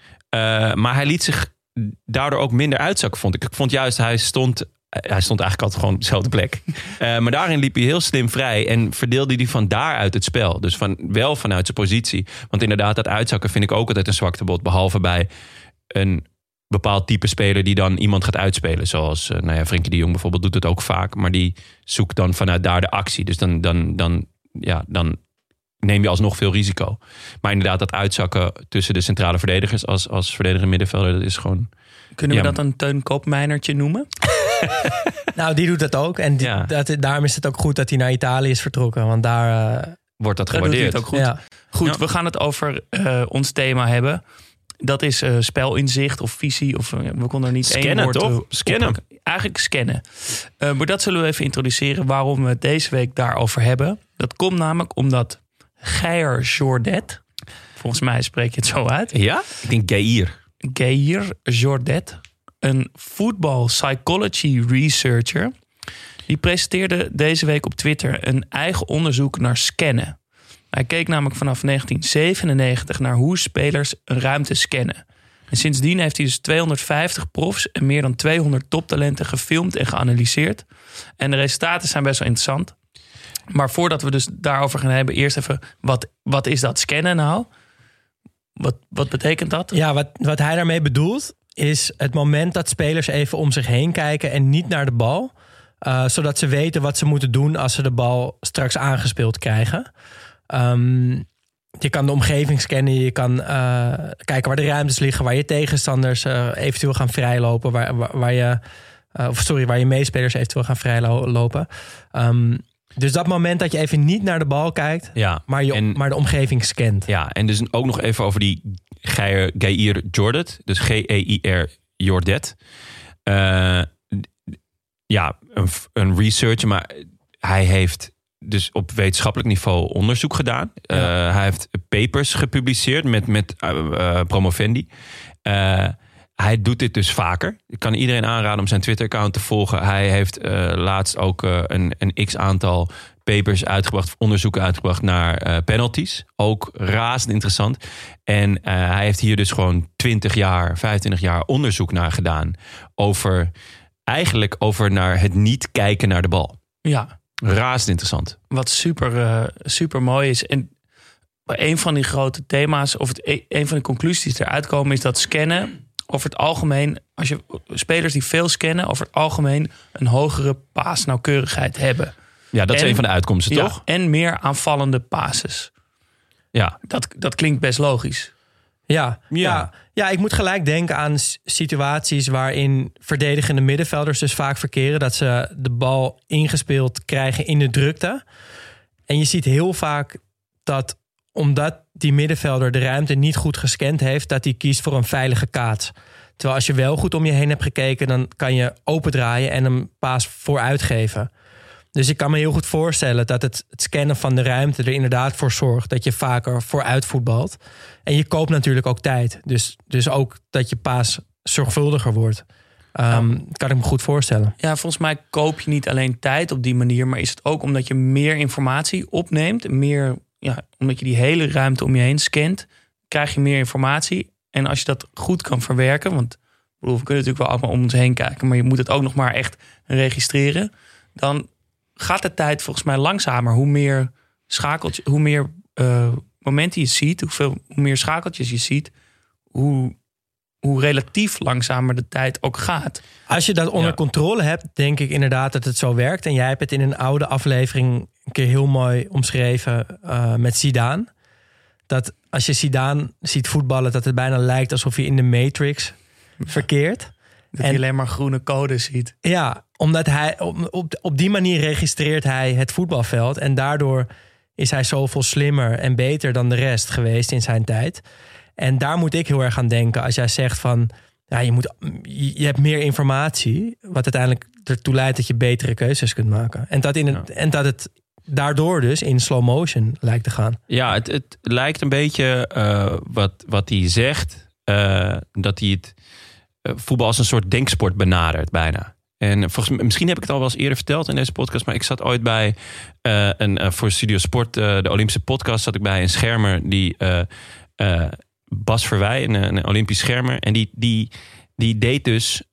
maar hij liet zich daardoor ook minder uitzakken, vond ik. Ik vond juist, hij stond eigenlijk altijd gewoon op dezelfde plek. Maar daarin liep hij heel slim vrij en verdeelde hij van daaruit het spel. Dus wel vanuit zijn positie. Want inderdaad, dat uitzakken vind ik ook altijd een zwaktebod. Behalve bij een bepaald type speler die dan iemand gaat uitspelen. Zoals Frenkie de Jong bijvoorbeeld doet het ook vaak. Maar die zoekt dan vanuit daar de actie. Dus dan neem je alsnog veel risico. Maar inderdaad, dat uitzakken tussen de centrale verdedigers... als verdediger middenvelder, dat is gewoon... Kunnen we dat een Teun Koopmeinertje noemen? Nou, die doet dat ook. En Ja. daarom is het ook goed dat hij naar Italië is vertrokken. Want daar... Wordt dat Daar doet hij gewaardeerd. het ook goed. Ja. Goed, Ja. we gaan het over ons thema hebben. Dat is spelinzicht of visie. Of, we konden er niet één Scannen, woord toch? Scannen. oppakken. Eigenlijk scannen. Maar dat zullen we even introduceren waarom we het deze week daarover hebben. Dat komt namelijk omdat Geir Jordet, volgens mij spreek je het zo uit. Ja? Ik denk Geir Jordet, een football psychology researcher... die presenteerde deze week op Twitter een eigen onderzoek naar scannen. Hij keek namelijk vanaf 1997 naar hoe spelers een ruimte scannen. En sindsdien heeft hij dus 250 profs en meer dan 200 toptalenten gefilmd en geanalyseerd. En de resultaten zijn best wel interessant. Maar voordat we dus daarover gaan hebben, eerst even, wat is dat scannen nou? Wat betekent dat? Ja, wat hij daarmee bedoelt is het moment dat spelers even om zich heen kijken en niet naar de bal. Zodat ze weten wat ze moeten doen als ze de bal straks aangespeeld krijgen. Je kan de omgeving scannen. Je kan kijken waar de ruimtes liggen. Waar je tegenstanders eventueel gaan vrijlopen. Waar je meespelers eventueel gaan vrijlopen. Dus dat moment dat je even niet naar de bal kijkt. Ja, maar de omgeving scant. Ja, en dus ook nog even over die Geir Jordet. Dus Geir Jordet. Een researcher. Maar hij heeft dus op wetenschappelijk niveau onderzoek gedaan. Hij heeft papers gepubliceerd met promovendi. Hij doet dit dus vaker. Ik kan iedereen aanraden om zijn Twitter-account te volgen. Hij heeft laatst ook een x-aantal papers uitgebracht, onderzoeken uitgebracht naar penalties. Ook razend interessant. En hij heeft hier dus gewoon 25 jaar onderzoek naar gedaan. Over naar het niet kijken naar de bal. Ja. Razend interessant. Wat super mooi is. En een van die grote thema's, of een van de conclusies die eruit komen, is dat scannen over het algemeen, als je spelers die veel scannen, over het algemeen een hogere paasnauwkeurigheid hebben. Ja, dat is een van de uitkomsten, ja, toch? En meer aanvallende passes. Ja. Dat klinkt best logisch. Ja, ik moet gelijk denken aan situaties waarin verdedigende middenvelders dus vaak verkeren. Dat ze de bal ingespeeld krijgen in de drukte. En je ziet heel vaak dat omdat die middenvelder de ruimte niet goed gescand heeft, dat hij kiest voor een veilige kaats. Terwijl als je wel goed om je heen hebt gekeken, dan kan je opendraaien en een paas vooruit geven. Dus ik kan me heel goed voorstellen dat het scannen van de ruimte er inderdaad voor zorgt dat je vaker vooruit voetbalt. En je koopt natuurlijk ook tijd. Dus ook dat je paas zorgvuldiger wordt. Kan ik me goed voorstellen. Ja, volgens mij koop je niet alleen tijd op die manier, maar is het ook omdat je meer informatie opneemt. Omdat je die hele ruimte om je heen scant, krijg je meer informatie. En als je dat goed kan verwerken, want we kunnen natuurlijk wel allemaal om ons heen kijken, maar je moet het ook nog maar echt registreren, dan gaat de tijd volgens mij langzamer. Hoe meer schakeltjes, hoe meer momenten je ziet, hoe meer schakeltjes je ziet, hoe relatief langzamer de tijd ook gaat. Als je dat onder controle hebt, denk ik inderdaad dat het zo werkt. En jij hebt het in een oude aflevering een keer heel mooi omschreven met Zidane. Dat als je Zidane ziet voetballen, dat het bijna lijkt alsof je in de Matrix verkeert. Dat hij alleen maar groene codes ziet. Ja, omdat hij op die manier registreert hij het voetbalveld. En daardoor is hij zoveel slimmer en beter dan de rest geweest in zijn tijd. En daar moet ik heel erg aan denken als jij zegt van, ja, je hebt meer informatie, wat uiteindelijk ertoe leidt dat je betere keuzes kunt maken. En dat het daardoor dus in slow motion lijkt te gaan. Ja, het lijkt een beetje wat hij zegt, dat hij het voetbal als een soort denksport benadert bijna. En misschien heb ik het al wel eens eerder verteld in deze podcast, maar ik zat ooit bij voor Studio Sport, de Olympische podcast, zat ik bij een schermer die Bas Verwij, een Olympisch schermer. En die deed dus,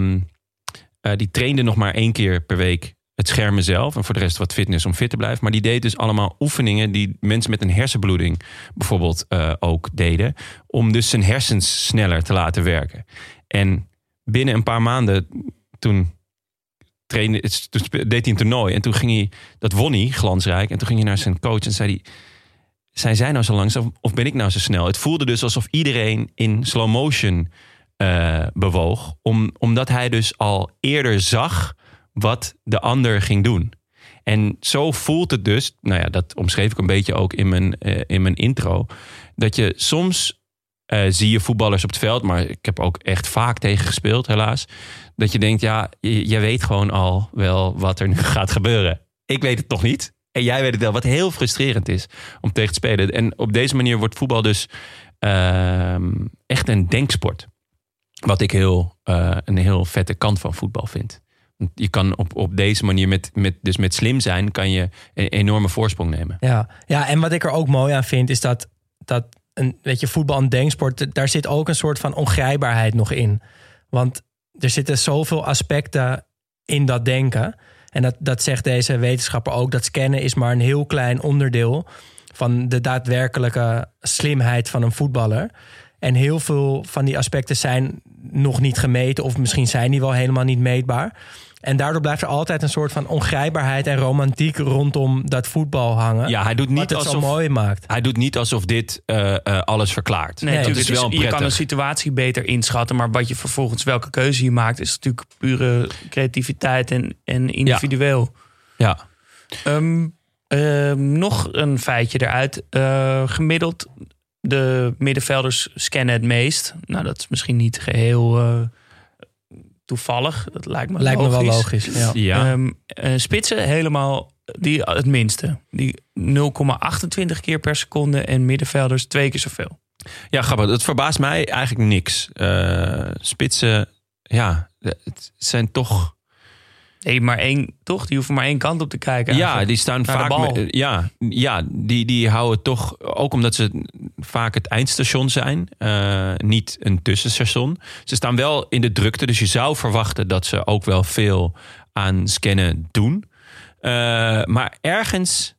die trainde nog maar 1 keer per week het schermen zelf. En voor de rest wat fitness om fit te blijven. Maar die deed dus allemaal oefeningen die mensen met een hersenbloeding bijvoorbeeld ook deden. Om dus zijn hersens sneller te laten werken. En binnen een paar maanden toen deed hij een toernooi. En toen dat won hij glansrijk. En toen ging hij naar zijn coach en zei hij, zijn zij nou zo langzaam of ben ik nou zo snel? Het voelde dus alsof iedereen in slow motion bewoog. Omdat hij dus al eerder zag wat de ander ging doen. En zo voelt het dus, nou ja, dat omschreef ik een beetje ook in mijn intro, dat je soms zie je voetballers op het veld, maar ik heb ook echt vaak tegen gespeeld, helaas, dat je denkt, ja, je weet gewoon al wel wat er nu gaat gebeuren. Ik weet het nog niet. En jij weet het wel, wat heel frustrerend is om tegen te spelen. En op deze manier wordt voetbal dus echt een denksport. Wat ik een heel vette kant van voetbal vind. Je kan op deze manier met slim zijn, kan je een enorme voorsprong nemen. Ja, en wat ik er ook mooi aan vind, is dat voetbal een denksport, daar zit ook een soort van ongrijpbaarheid nog in. Want er zitten zoveel aspecten in dat denken. En dat zegt deze wetenschapper ook, dat scannen is maar een heel klein onderdeel van de daadwerkelijke slimheid van een voetballer. En heel veel van die aspecten zijn nog niet gemeten, of misschien zijn die wel helemaal niet meetbaar. En daardoor blijft er altijd een soort van ongrijpbaarheid en romantiek rondom dat voetbal hangen. Ja, hij doet niet wat het alsof zo mooi maakt. Hij doet niet alsof dit alles verklaart. Nee, dat natuurlijk. is wel Je prettig. kan een situatie beter inschatten, maar wat je vervolgens, welke keuze je maakt, is natuurlijk pure creativiteit en individueel. Ja. Nog een feitje eruit. Gemiddeld, de middenvelders scannen het meest. Nou, dat is misschien niet geheel toevallig. Dat lijkt me wel logisch. Ja. Ja. Spitsen helemaal het minste. Die 0,28 keer per seconde en middenvelders 2 keer zoveel. Ja, grappig. Dat verbaast mij eigenlijk niks. Spitsen, het zijn toch... Nee, maar één, toch? Die hoeven maar één kant op te kijken. Ja, eigenlijk. die staan Naar de vaak... bal. Die houden toch... Ook omdat ze vaak het eindstation zijn. Niet een tussenstation. Ze staan wel in de drukte. Dus je zou verwachten dat ze ook wel veel aan scannen doen. Maar ergens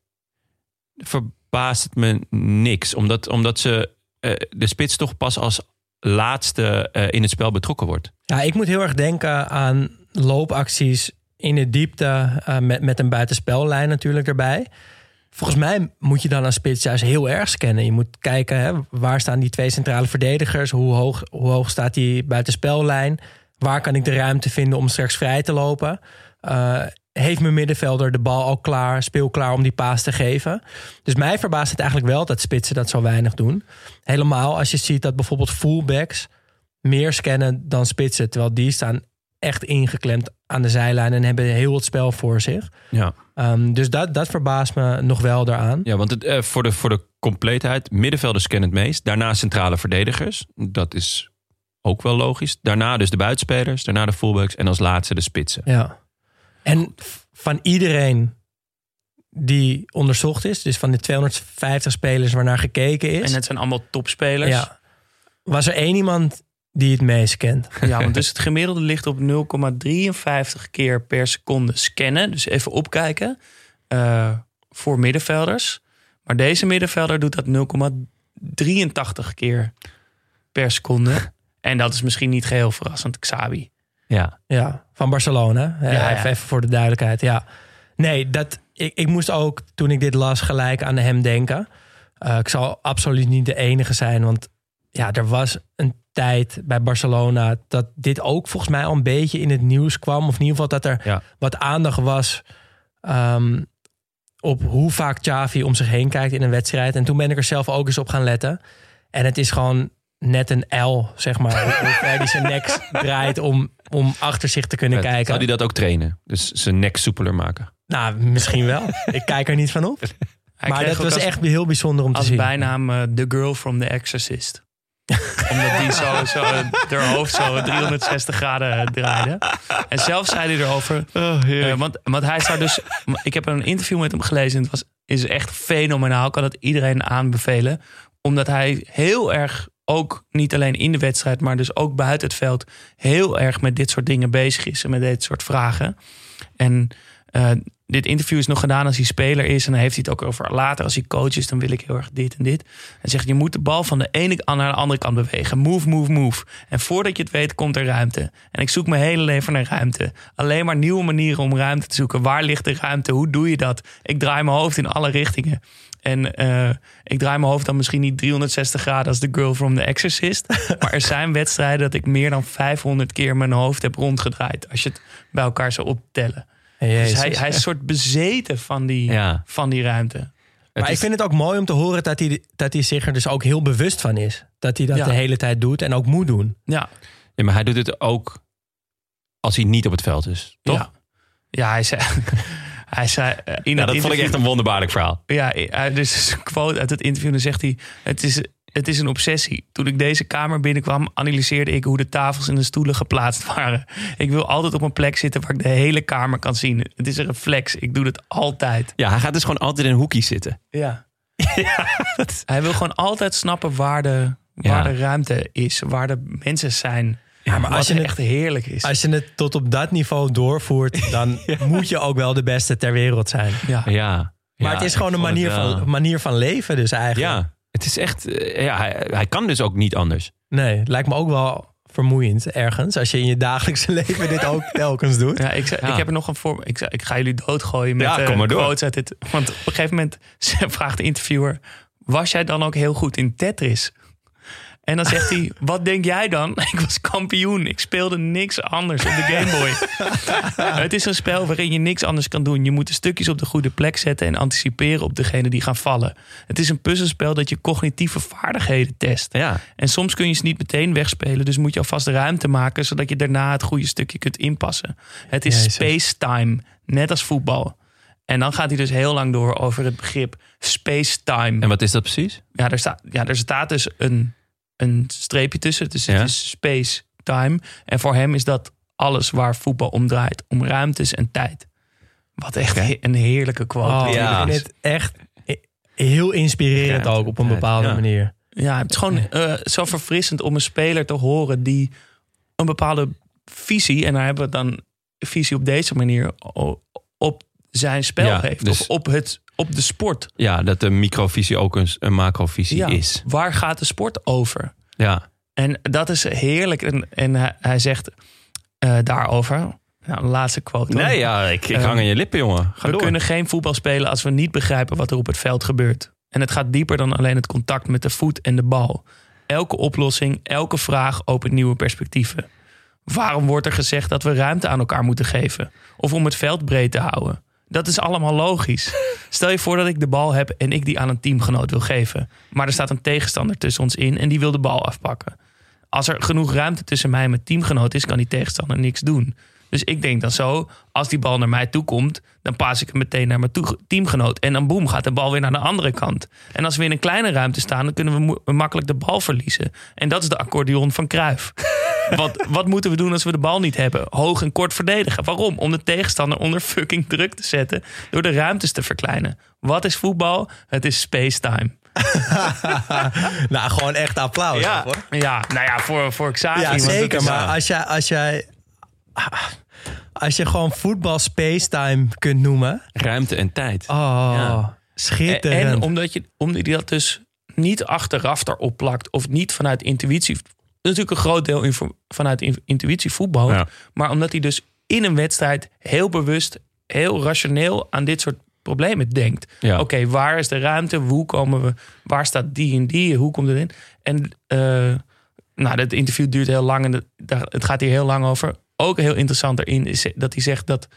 verbaast het me niks. Omdat ze de spits toch pas als laatste in het spel betrokken wordt. Ja, ik moet heel erg denken aan loopacties in de diepte met een buitenspellijn natuurlijk erbij. Volgens mij moet je dan als spits juist heel erg scannen. Je moet kijken, waar staan die 2 centrale verdedigers? Hoe hoog staat die buitenspellijn? Waar kan ik de ruimte vinden om straks vrij te lopen? Heeft mijn middenvelder de bal al klaar, speelklaar om die paas te geven? Dus mij verbaast het eigenlijk wel dat spitsen dat zo weinig doen. Helemaal als je ziet dat bijvoorbeeld fullbacks meer scannen dan spitsen. Terwijl die staan echt ingeklemd aan de zijlijn en hebben heel het spel voor zich. Ja. Dus dat verbaast me nog wel daaraan. Ja, want voor de compleetheid, middenvelders scannen het meest. Daarna centrale verdedigers. Dat is ook wel logisch. Daarna dus de buitenspelers, daarna de fullbacks en als laatste de spitsen. Ja. En van iedereen die onderzocht is, dus van de 250 spelers waarnaar gekeken is. En het zijn allemaal topspelers. Ja. Was er één iemand die het meest kent? Ja, want dus het gemiddelde ligt op 0,53 keer per seconde scannen. Dus even opkijken voor middenvelders. Maar deze middenvelder doet dat 0,83 keer per seconde. En dat is misschien niet geheel verrassend, Xabi. Ja, van Barcelona. Even voor de duidelijkheid. Ja. Nee, ik moest ook, toen ik dit las, gelijk aan hem denken. Ik zal absoluut niet de enige zijn. Want ja, er was een tijd bij Barcelona dat dit ook volgens mij al een beetje in het nieuws kwam. Of in ieder geval dat er wat aandacht was op hoe vaak Xavi om zich heen kijkt in een wedstrijd. En toen ben ik er zelf ook eens op gaan letten. En het is gewoon net een L, zeg maar. Hoe ver die zijn nek draait om achter zich te kunnen kijken. Zou hij dat ook trainen? Dus zijn nek soepeler maken? Nou, misschien wel. Ik kijk er niet van op. Maar dat was echt heel bijzonder om te zien. Als bijnaam The Girl from The Exorcist. Omdat die zo haar hoofd zo 360 graden draaide. En zelf zei hij erover. Want hij zou dus. Ik heb een interview met hem gelezen. En het is echt fenomenaal. Ik kan het iedereen aanbevelen. Omdat hij heel erg, ook niet alleen in de wedstrijd, maar dus ook buiten het veld, heel erg met dit soort dingen bezig is. En met dit soort vragen. En dit interview is nog gedaan als hij speler is. En dan heeft hij het ook over later als hij coach is. Dan wil ik heel erg dit en dit. En zegt, je moet de bal van de ene kant naar de andere kant bewegen. Move, move, move. En voordat je het weet, komt er ruimte. En ik zoek mijn hele leven naar ruimte. Alleen maar nieuwe manieren om ruimte te zoeken. Waar ligt de ruimte? Hoe doe je dat? Ik draai mijn hoofd in alle richtingen. En ik draai mijn hoofd dan misschien niet 360 graden als de girl from The Exorcist. Maar er zijn wedstrijden dat ik meer dan 500 keer mijn hoofd heb rondgedraaid. Als je het bij elkaar zou optellen. Jezus, dus hij is een soort bezeten van die ruimte. Maar ik vind het ook mooi om te horen dat hij zich er dus ook heel bewust van is. Dat hij dat de hele tijd doet en ook moet doen. Ja, maar hij doet het ook als hij niet op het veld is, toch? Ja, hij zei... dat vond ik echt een wonderbaarlijk verhaal. Ja, dus een quote uit het interview. Dan zegt hij, het is een obsessie. Toen ik deze kamer binnenkwam, analyseerde ik hoe de tafels en de stoelen geplaatst waren. Ik wil altijd op een plek zitten waar ik de hele kamer kan zien. Het is een reflex. Ik doe het altijd. Ja, hij gaat dus gewoon altijd in een hoekje zitten. Ja. Hij wil gewoon altijd snappen waar de ruimte is. Waar de mensen zijn. Ja, maar als je het echt heerlijk is. Als je het tot op dat niveau doorvoert, dan moet je ook wel de beste ter wereld zijn. Ja. Maar het is gewoon een manier van leven dus eigenlijk. Ja, het is echt... hij kan dus ook niet anders. Nee, het lijkt me ook wel vermoeiend ergens. Als je in je dagelijkse leven dit ook telkens doet. Ja, ik heb er nog een voor. Ik ga jullie doodgooien met quotes uit dit. Want op een gegeven moment vraagt de interviewer: was jij dan ook heel goed in Tetris? En dan zegt hij, wat denk jij dan? Ik was kampioen. Ik speelde niks anders op de Game Boy. Het is een spel waarin je niks anders kan doen. Je moet de stukjes op de goede plek zetten en anticiperen op degene die gaan vallen. Het is een puzzelspel dat je cognitieve vaardigheden test. Ja. En soms kun je ze niet meteen wegspelen. Dus moet je alvast ruimte maken, zodat je daarna het goede stukje kunt inpassen. Het is space-time, net als voetbal. En dan gaat hij dus heel lang door over het begrip space-time. En wat is dat precies? Ja, er staat dus een streepje tussen. Dus het is space, time. En voor hem is dat alles waar voetbal om draait. Om ruimtes en tijd. Wat echt een heerlijke quote. Ik vind het echt heel inspirerend ook op een bepaalde manier. Ja, het is gewoon zo verfrissend om een speler te horen die een bepaalde visie, en daar hebben we dan visie op deze manier, op zijn spel heeft. Dus, of op de sport. Ja, dat de microvisie ook een macrovisie is. Waar gaat de sport over? Ja. En dat is heerlijk. En hij zegt daarover... Nou, de laatste quote. Nee, ja, ik hang aan je lippen, jongen. We kunnen geen voetbal spelen als we niet begrijpen wat er op het veld gebeurt. En het gaat dieper dan alleen het contact met de voet en de bal. Elke oplossing, elke vraag opent nieuwe perspectieven. Waarom wordt er gezegd dat we ruimte aan elkaar moeten geven? Of om het veld breed te houden? Dat is allemaal logisch. Stel je voor dat ik de bal heb en ik die aan een teamgenoot wil geven. Maar er staat een tegenstander tussen ons in en die wil de bal afpakken. Als er genoeg ruimte tussen mij en mijn teamgenoot is, kan die tegenstander niks doen. Dus ik denk dan zo, als die bal naar mij toe komt, dan paas ik hem meteen naar mijn teamgenoot. En dan boem, gaat de bal weer naar de andere kant. En als we in een kleine ruimte staan, dan kunnen we makkelijk de bal verliezen. En dat is de accordeon van Cruijff. Wat moeten we doen als we de bal niet hebben? Hoog en kort verdedigen. Waarom? Om de tegenstander onder fucking druk te zetten door de ruimtes te verkleinen. Wat is voetbal? Het is space-time. Nou, gewoon echt applaus. Ja, hoor. Ja, nou ja, voor Xavi. Ja, zeker. Maar als je gewoon voetbal space-time kunt noemen. Ruimte en tijd. Schitterend. En omdat je dat dus niet achteraf erop plakt of niet vanuit intuïtie. Dat is natuurlijk een groot deel vanuit intuïtie voetbal. Ja. Maar omdat hij dus in een wedstrijd heel bewust, heel rationeel aan dit soort problemen denkt. Ja. Oké, waar is de ruimte? Hoe komen we? Waar staat die en die? Hoe komt het in? En dat interview duurt heel lang en het gaat hier heel lang over. Ook heel interessant erin is dat hij zegt dat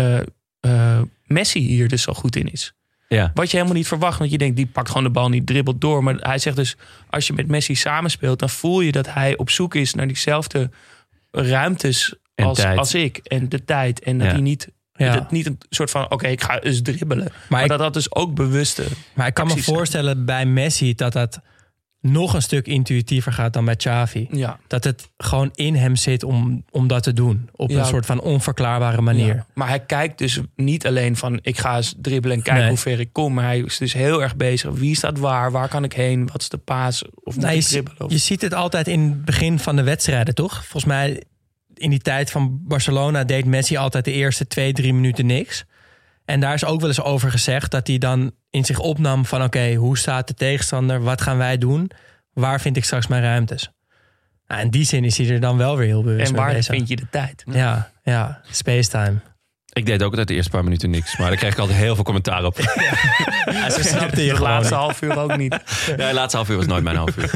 Messi hier dus zo goed in is. Ja. Wat je helemaal niet verwacht, want je denkt, die pakt gewoon de bal niet, dribbelt door. Maar hij zegt dus, als je met Messi samenspeelt, dan voel je dat hij op zoek is naar diezelfde ruimtes als ik. En de tijd. En dat hij niet een soort van, oké, ik ga eens dribbelen. Maar dat dus ook bewuste. Maar ik kan me voorstellen bij Messi dat nog een stuk intuïtiever gaat dan bij Xavi. Ja. Dat het gewoon in hem zit om dat te doen. Op een soort van onverklaarbare manier. Ja. Maar hij kijkt dus niet alleen van, ik ga eens dribbelen en kijken hoe ver ik kom. Maar hij is dus heel erg bezig. Wie staat waar kan ik heen? Wat is de paas? Of moet ik dribbelen? Je ziet het altijd in het begin van de wedstrijden, toch? Volgens mij in die tijd van Barcelona deed Messi altijd de eerste 2-3 minuten niks. En daar is ook wel eens over gezegd dat hij dan in zich opnam van oké, hoe staat de tegenstander? Wat gaan wij doen? Waar vind ik straks mijn ruimtes? Nou, in die zin is hij er dan wel weer heel bewust mee bezig. En waar vind je de tijd? Ja, space-time. Ik deed ook altijd de eerste paar minuten niks. Maar daar kreeg ik altijd heel veel commentaar op. Ja, ze snapte je de laatste half uur ook niet. Ja, de laatste half uur was nooit mijn half uur.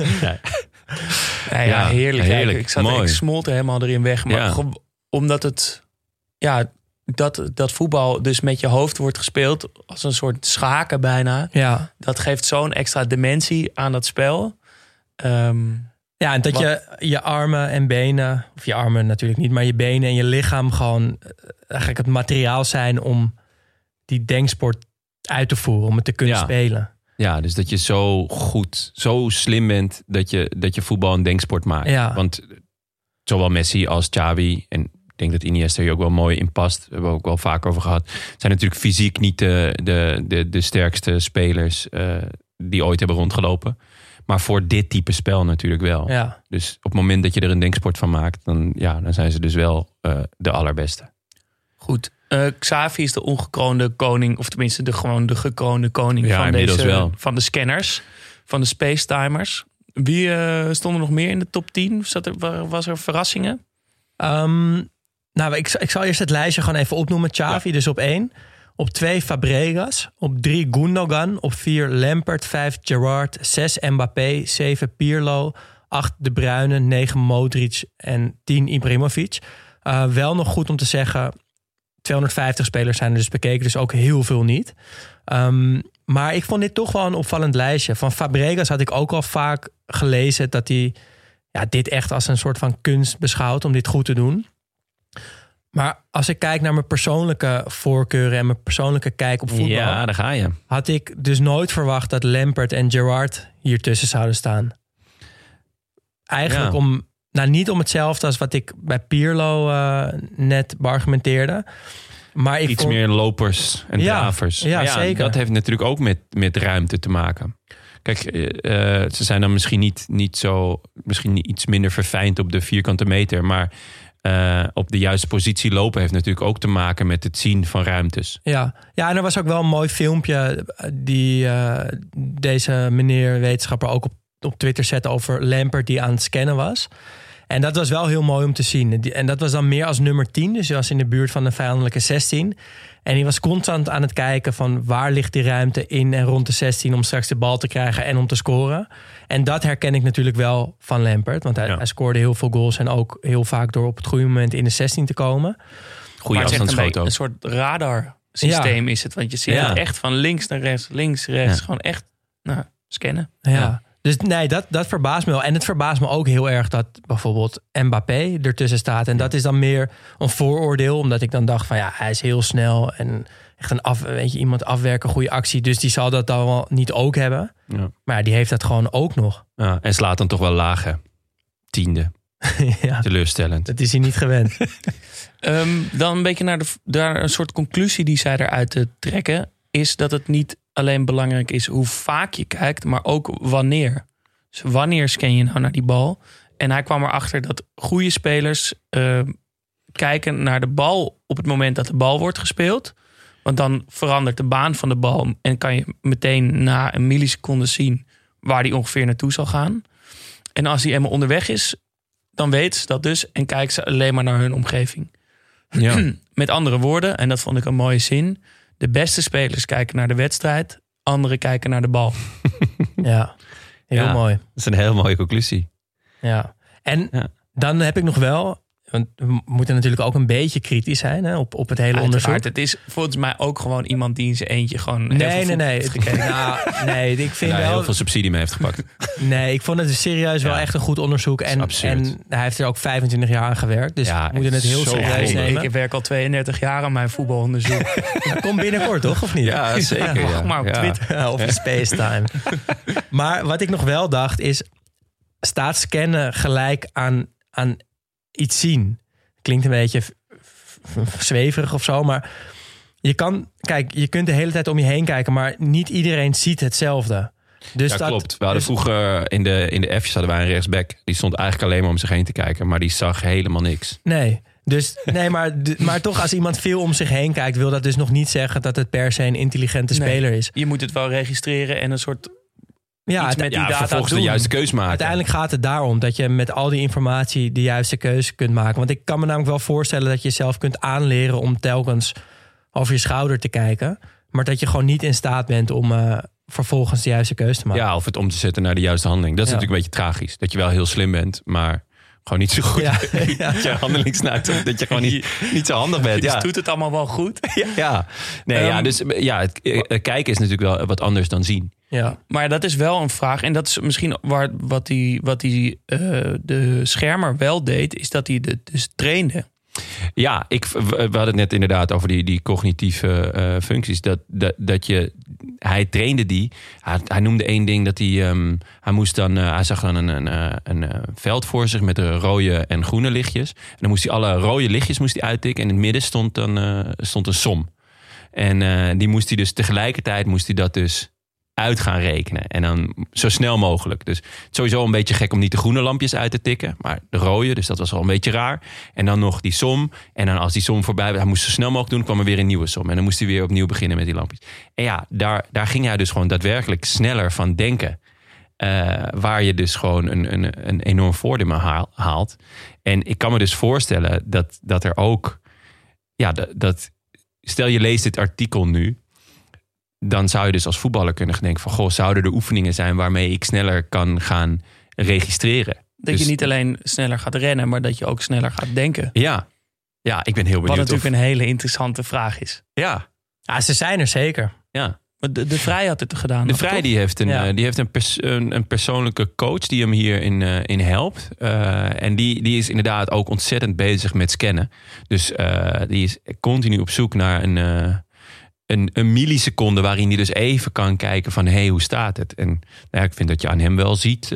Nee. Ja, heerlijk. Ik smolte helemaal erin weg. Maar omdat het... Ja, dat voetbal dus met je hoofd wordt gespeeld als een soort schaken bijna. Ja. Dat geeft zo'n extra dimensie aan dat spel. En dat je armen en benen, of je armen natuurlijk niet, maar je benen en je lichaam gewoon eigenlijk het materiaal zijn om die denksport uit te voeren, om het te kunnen spelen. Ja, dus dat je zo goed, zo slim bent dat je voetbal een denksport maakt. Ja. Want zowel Messi als Xavi en ik denk dat Iniesta hier ook wel mooi in past. Daar hebben we ook wel vaak over gehad. Zijn natuurlijk fysiek niet de sterkste spelers die ooit hebben rondgelopen. Maar voor dit type spel natuurlijk wel. Ja. Dus op het moment dat je er een denksport van maakt, dan zijn ze dus wel de allerbeste. Goed. Xavi is de ongekroonde koning, of tenminste de gekroonde koning van de scanners, van de spacetimers. Wie stond er nog meer in de top 10? Was er verrassingen? Ik zal eerst het lijstje gewoon even opnoemen. Xavi dus op 1. Op 2 Fabregas. Op 3 Gundogan. Op 4 Lampard. 5 Gerrard. 6 Mbappé. 7 Pirlo. 8 De Bruyne. 9 Modric. En 10 Ibrahimovic. Wel nog goed om te zeggen... 250 spelers zijn er dus bekeken. Dus ook heel veel niet. Maar ik vond dit toch wel een opvallend lijstje. Van Fabregas had ik ook al vaak gelezen... dat hij dit echt als een soort van kunst beschouwt... om dit goed te doen. Maar als ik kijk naar mijn persoonlijke voorkeuren... en mijn persoonlijke kijk op voetbal... Ja, daar ga je. Had ik dus nooit verwacht dat Lampard en Gerrard hier tussen zouden staan. Eigenlijk niet om hetzelfde als wat ik bij Pirlo net beargumenteerde. Maar ik Iets meer lopers en dravers. Ja, zeker. Dat heeft natuurlijk ook met ruimte te maken. Kijk, ze zijn dan misschien niet zo... misschien iets minder verfijnd op de vierkante meter... maar op de juiste positie lopen heeft natuurlijk ook te maken met het zien van ruimtes. Ja, en er was ook wel een mooi filmpje die deze meneer wetenschapper ook op Twitter zette over Lampard die aan het scannen was. En dat was wel heel mooi om te zien. En dat was dan meer als nummer 10, dus hij was in de buurt van de vijandelijke 16. En hij was constant aan het kijken van waar ligt die ruimte in en rond de 16 om straks de bal te krijgen en om te scoren. En dat herken ik natuurlijk wel van Lampard, want hij scoorde heel veel goals en ook heel vaak door op het goede moment in de 16 te komen. Goeie afstandsschoot ook. Een soort radarsysteem is het, want je ziet het echt van links naar rechts, links, rechts, gewoon echt scannen. Ja. Dus nee, dat verbaast me wel. En het verbaast me ook heel erg dat bijvoorbeeld Mbappé ertussen staat. En dat is dan meer een vooroordeel. Omdat ik dan dacht van hij is heel snel. En echt iemand afwerken, goede actie. Dus die zal dat dan wel niet ook hebben. Ja. Maar die heeft dat gewoon ook nog. Ja, en slaat dan toch wel laag, hè? 10e. Teleurstellend. Dat is hij niet gewend. Dan een beetje naar een soort conclusie die zij eruit te trekken. Is dat het niet alleen belangrijk is hoe vaak je kijkt, maar ook wanneer. Dus wanneer scan je nou naar die bal? En hij kwam erachter dat goede spelers kijken naar de bal op het moment dat de bal wordt gespeeld. Want dan verandert de baan van de bal en kan je meteen na een milliseconde zien waar die ongeveer naartoe zal gaan. En als die eenmaal onderweg is, dan weten ze dat dus en kijken ze alleen maar naar hun omgeving. Ja. Met andere woorden, en dat vond ik een mooie zin... De beste spelers kijken naar de wedstrijd. Anderen kijken naar de bal. Ja, heel mooi. Dat is een heel mooie conclusie. Ja, en dan heb ik nog wel... Want we moeten natuurlijk ook een beetje kritisch zijn op het hele onderzoek. Het is volgens mij ook gewoon iemand die in zijn eentje gewoon... Nee. Ik vind wel... heel veel subsidie mee heeft gepakt. Nee, ik vond het serieus wel echt een goed onderzoek. En hij heeft er ook 25 jaar aan gewerkt. Dus we moeten het heel serieus nemen. Ik werk al 32 jaar aan mijn voetbalonderzoek. Komt binnenkort, toch? Of niet? Ja, zeker. Wacht maar op Twitter. Of Spacetime. Maar wat ik nog wel dacht is... Staat scannen gelijk aan iets zien? Klinkt een beetje zweverig of zo, maar je kunt de hele tijd om je heen kijken, maar niet iedereen ziet hetzelfde. Dus klopt. We hadden vroeger in de F'jes hadden wij een rechtsback. Die stond eigenlijk alleen maar om zich heen te kijken, maar die zag helemaal niks. Maar toch als iemand veel om zich heen kijkt, wil dat dus nog niet zeggen dat het per se een intelligente speler is. Je moet het wel registreren en een soort... vervolgens de juiste keus maken. Uiteindelijk gaat het daarom dat je met al die informatie de juiste keuze kunt maken. Want ik kan me namelijk wel voorstellen dat je jezelf kunt aanleren om telkens over je schouder te kijken. Maar dat je gewoon niet in staat bent om vervolgens de juiste keuze te maken. Ja, of het om te zetten naar de juiste handeling. Dat is natuurlijk een beetje tragisch. Dat je wel heel slim bent, maar gewoon niet zo goed. Dat je handelingsnaad, dat je gewoon niet zo handig bent. Dus doet het allemaal wel goed? Het kijken is natuurlijk wel wat anders dan zien. Ja, maar dat is wel een vraag. En dat is misschien wat de schermer wel deed, is dat hij dus trainde. Ja, we hadden het net inderdaad over die cognitieve functies. Hij trainde die. Hij noemde één ding dat hij zag dan een veld voor zich met rode en groene lichtjes. En dan moest hij alle rode lichtjes uittikken. En in het midden stond een som. En die moest hij dus tegelijkertijd dat dus uit gaan rekenen. En dan zo snel mogelijk. Dus sowieso een beetje gek om niet de groene lampjes uit te tikken. Maar de rode, dus dat was al een beetje raar. En dan nog die som. En dan als die som voorbij was, hij moest zo snel mogelijk doen, kwam er weer een nieuwe som. En dan moest hij weer opnieuw beginnen met die lampjes. En daar ging hij dus gewoon daadwerkelijk sneller van denken. Waar je dus gewoon een enorm voordeel haalt. En ik kan me dus voorstellen dat er ook... Ja, stel je leest dit artikel nu... dan zou je dus als voetballer kunnen denken van... goh, zouden er oefeningen zijn waarmee ik sneller kan gaan registreren? Dat je niet alleen sneller gaat rennen, maar dat je ook sneller gaat denken. Ja, ik ben heel benieuwd. Wat natuurlijk een hele interessante vraag is. Ja, ze zijn er zeker. Ja. De Vrij had het gedaan. De Vrij die heeft een persoonlijke coach die hem hierin helpt. En die is inderdaad ook ontzettend bezig met scannen. Dus die is continu op zoek naar een milliseconde waarin hij dus even kan kijken van hoe staat het? En ik vind dat je aan hem wel ziet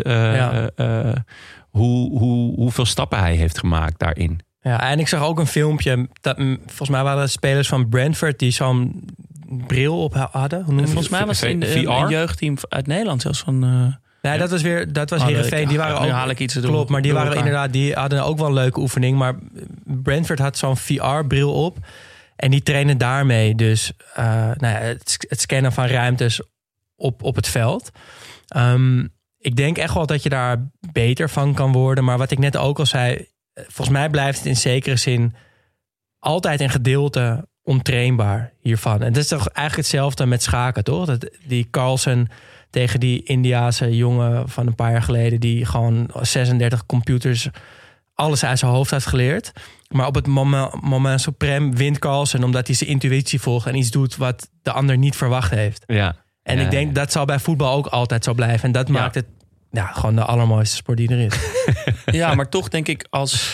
hoeveel stappen hij heeft gemaakt daarin. Ja, en ik zag ook een filmpje. Volgens mij waren het spelers van Brentford die zo'n bril op hadden. Volgens mij was het in een jeugdteam uit Nederland zelfs van... Nee, dat was Heerenveen. Die waren ook. Haal ik iets te doen. Klopt, maar die waren inderdaad. Die hadden ook wel een leuke oefening. Maar Brentford had zo'n VR-bril op. En die trainen daarmee dus het scannen van ruimtes op het veld. Ik denk echt wel dat je daar beter van kan worden. Maar wat ik net ook al zei, volgens mij blijft het in zekere zin altijd een gedeelte ontrainbaar hiervan. En dat is toch eigenlijk hetzelfde met schaken, toch? Die Carlsen tegen die Indiase jongen van een paar jaar geleden, die gewoon 36 computers alles uit zijn hoofd had geleerd. Maar op het moment suprem wint Carlsen omdat hij zijn intuïtie volgt en iets doet wat de ander niet verwacht heeft. Ja. En ik denk dat zal bij voetbal ook altijd zo blijven. En dat maakt het gewoon de allermooiste sport die er is. Ja, maar toch denk ik als...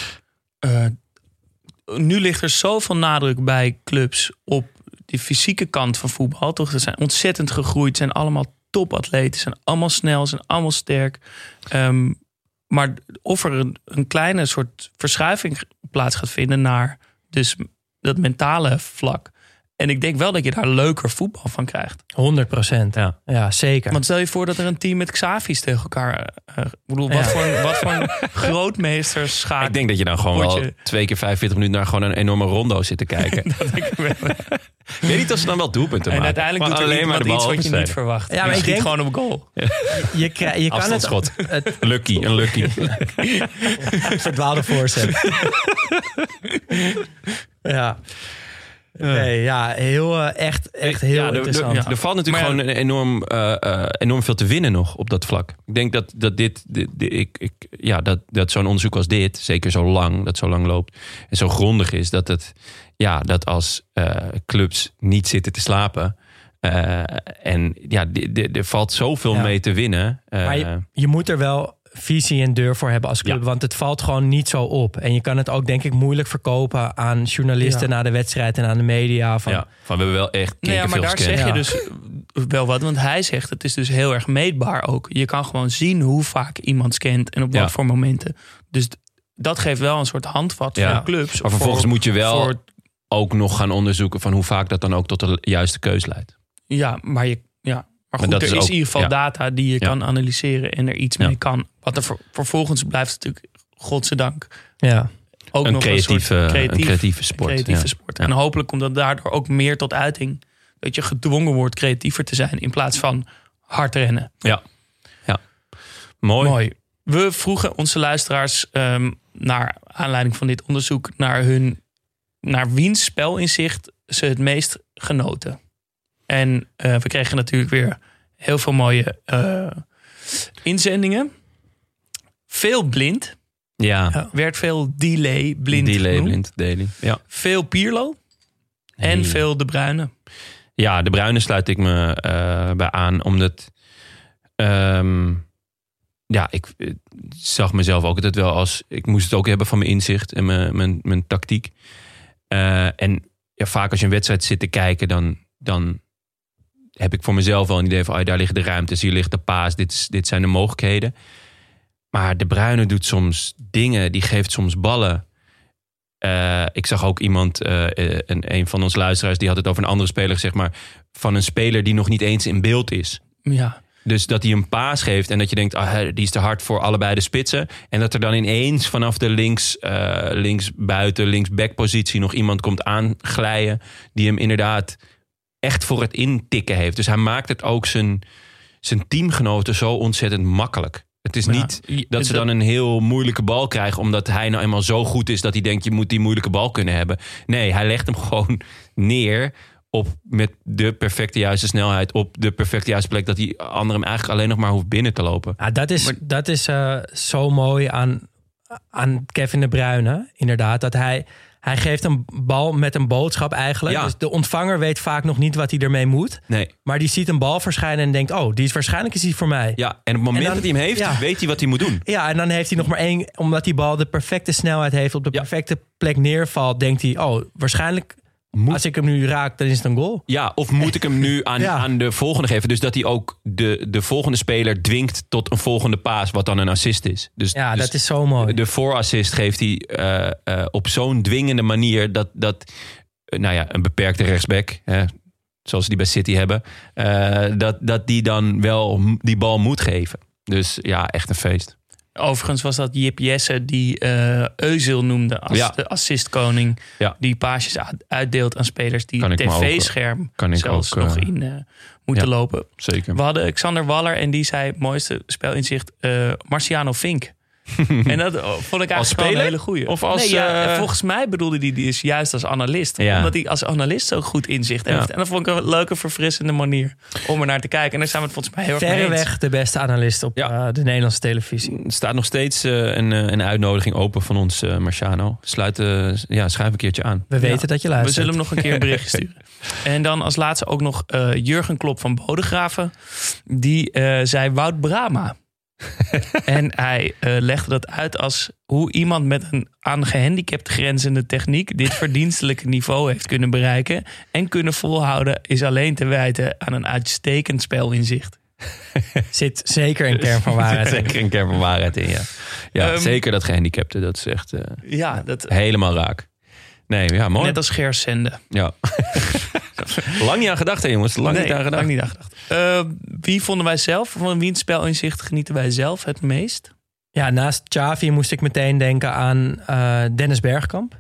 nu ligt er zoveel nadruk bij clubs op die fysieke kant van voetbal. Toch, ze zijn ontzettend gegroeid, zijn allemaal topatleten, zijn allemaal snel, zijn allemaal sterk. Maar of er een kleine soort verschuiving plaats gaat vinden naar dus dat mentale vlak. En ik denk wel dat je daar leuker voetbal van krijgt. 100%. Ja, zeker. Want stel je voor dat er een team met Xavi's tegen elkaar... Wat voor grootmeesters schaken. Ik denk dat je dan gewoon wel 2 keer 45 minuten naar gewoon een enorme rondo zit te kijken. Dat denk ik wel. Ik weet niet of ze dan wel doelpunten maken. En uiteindelijk doet er alleen maar iets wat je niet verwacht. Ja, maar je schiet gewoon op goal. Je kan afstandsschot. Een lucky. Verdwaalde voorzet. Ja. Nee, echt heel interessant. Er valt natuurlijk gewoon enorm veel te winnen nog op dat vlak. Ik denk dat zo'n onderzoek als dit, zeker zo lang loopt en zo grondig is, dat als clubs niet zitten te slapen. Er valt zoveel mee te winnen. Maar je moet er wel visie en deur voor hebben als club. Want het valt gewoon niet zo op. En je kan het ook, denk ik, moeilijk verkopen aan journalisten na de wedstrijd en aan de media. Van we hebben wel echt maar veel daar scan. zeg je dus wel wat. Want hij zegt, het is dus heel erg meetbaar ook. Je kan gewoon zien hoe vaak iemand scant en op wat voor momenten. Dus dat geeft wel een soort handvat voor clubs. Maar vervolgens moet je wel ook nog gaan onderzoeken van hoe vaak dat dan ook tot de juiste keus leidt. Ja, maar goed, er is in ieder geval data die je kan analyseren en er iets mee kan. Wat er vervolgens blijft natuurlijk, godzijdank, ook een nog creatieve, een soort creatieve sport. Sport. En hopelijk komt dat daardoor ook meer tot uiting. Dat je gedwongen wordt creatiever te zijn in plaats van hard rennen. Ja. Mooi. We vroegen onze luisteraars naar aanleiding van dit onderzoek naar wiens spelinzicht ze het meest genoten. En we kregen natuurlijk weer heel veel mooie inzendingen. Veel blind. Ja. Werd veel blind genoemd. Daily. Ja. Veel Pirlo. En veel De Bruyne. Ja, De Bruyne sluit ik me bij aan. Omdat ik zag mezelf ook altijd wel als... Ik moest het ook hebben van mijn inzicht en mijn tactiek. En vaak als je een wedstrijd zit te kijken, dan heb ik voor mezelf wel een idee van... daar liggen de ruimtes, hier ligt de paas, dit zijn de mogelijkheden. Maar De Bruyne doet soms dingen, die geeft soms ballen. Ik zag ook iemand, een van onze luisteraars... die had het over een andere speler, zeg maar... van een speler die nog niet eens in beeld is. Ja. Dus dat hij een paas geeft en dat je denkt... die is te hard voor allebei de spitsen. En dat er dan ineens vanaf de linksbuiten, linksbackpositie... nog iemand komt aanglijden... die hem inderdaad echt voor het intikken heeft. Dus hij maakt het ook zijn zijn teamgenoten zo ontzettend makkelijk. Het is niet dat ze dan een heel moeilijke bal krijgen, omdat hij nou eenmaal zo goed is dat hij denkt, je moet die moeilijke bal kunnen hebben. Nee, hij legt hem gewoon neer met de perfecte juiste snelheid op de perfecte juiste plek, dat die ander hem eigenlijk alleen nog maar hoeft binnen te lopen. Ja, dat is zo mooi aan Kevin De Bruyne, inderdaad. Dat hij geeft een bal met een boodschap eigenlijk. Ja. Dus de ontvanger weet vaak nog niet wat hij ermee moet. Nee. Maar die ziet een bal verschijnen en denkt, waarschijnlijk is die voor mij. Ja, en op het moment dan, dat hij hem heeft, weet hij wat hij moet doen. Ja, en dan heeft hij nog maar één, omdat die bal de perfecte snelheid heeft, op de perfecte plek neervalt, denkt hij, waarschijnlijk als ik hem nu raak, dan is het een goal. Ja, of moet ik hem nu aan de volgende geven? Dus dat hij ook de volgende speler dwingt tot een volgende paas, wat dan een assist is. Dus dat is zo mooi. De voorassist geeft hij op zo'n dwingende manier dat een beperkte rechtsback, zoals die bij City hebben, dat die dan wel die bal moet geven. Dus ja, echt een feest. Overigens was dat Jip Jesse die Özil noemde als de assistkoning. Ja. Die paasjes uitdeelt aan spelers die het tv-scherm zelfs nog in moeten lopen. Zeker. We hadden Xander Waller en die zei, mooiste spelinzicht, Marciano Fink. En dat vond ik eigenlijk wel een hele goeie. Of als, volgens mij bedoelde hij die dus juist als analist. Ja. Omdat hij als analist zo goed inzicht heeft. En dat vond ik een leuke, verfrissende manier om er naar te kijken. En daar zijn we het volgens mij heel erg mee eens. Verreweg de beste analist op de Nederlandse televisie. Er staat nog steeds een uitnodiging open van ons, Marciano. Schrijf een keertje aan. We weten dat je luistert. We zullen hem nog een keer een berichtje sturen. En dan als laatste ook nog Jurgen Klopp van Bodegraven. Die zei Wout Brama. En hij legde dat uit als hoe iemand met een aan gehandicapt grenzende techniek dit verdienstelijke niveau heeft kunnen bereiken en kunnen volhouden, is alleen te wijten aan een uitstekend spelinzicht. Zit zeker een kern van waarheid in. Zeker een kern van waarheid in, ja. Zeker dat gehandicapte, dat is echt helemaal raak. Nee, ja, mooi. Net als Gersende. Ja. Lang niet aan gedacht, hè, jongens. Lang niet aan gedacht. Wie vonden wij zelf? Van wiens spelinzicht genieten wij zelf het meest? Ja, naast Xavi moest ik meteen denken aan Dennis Bergkamp.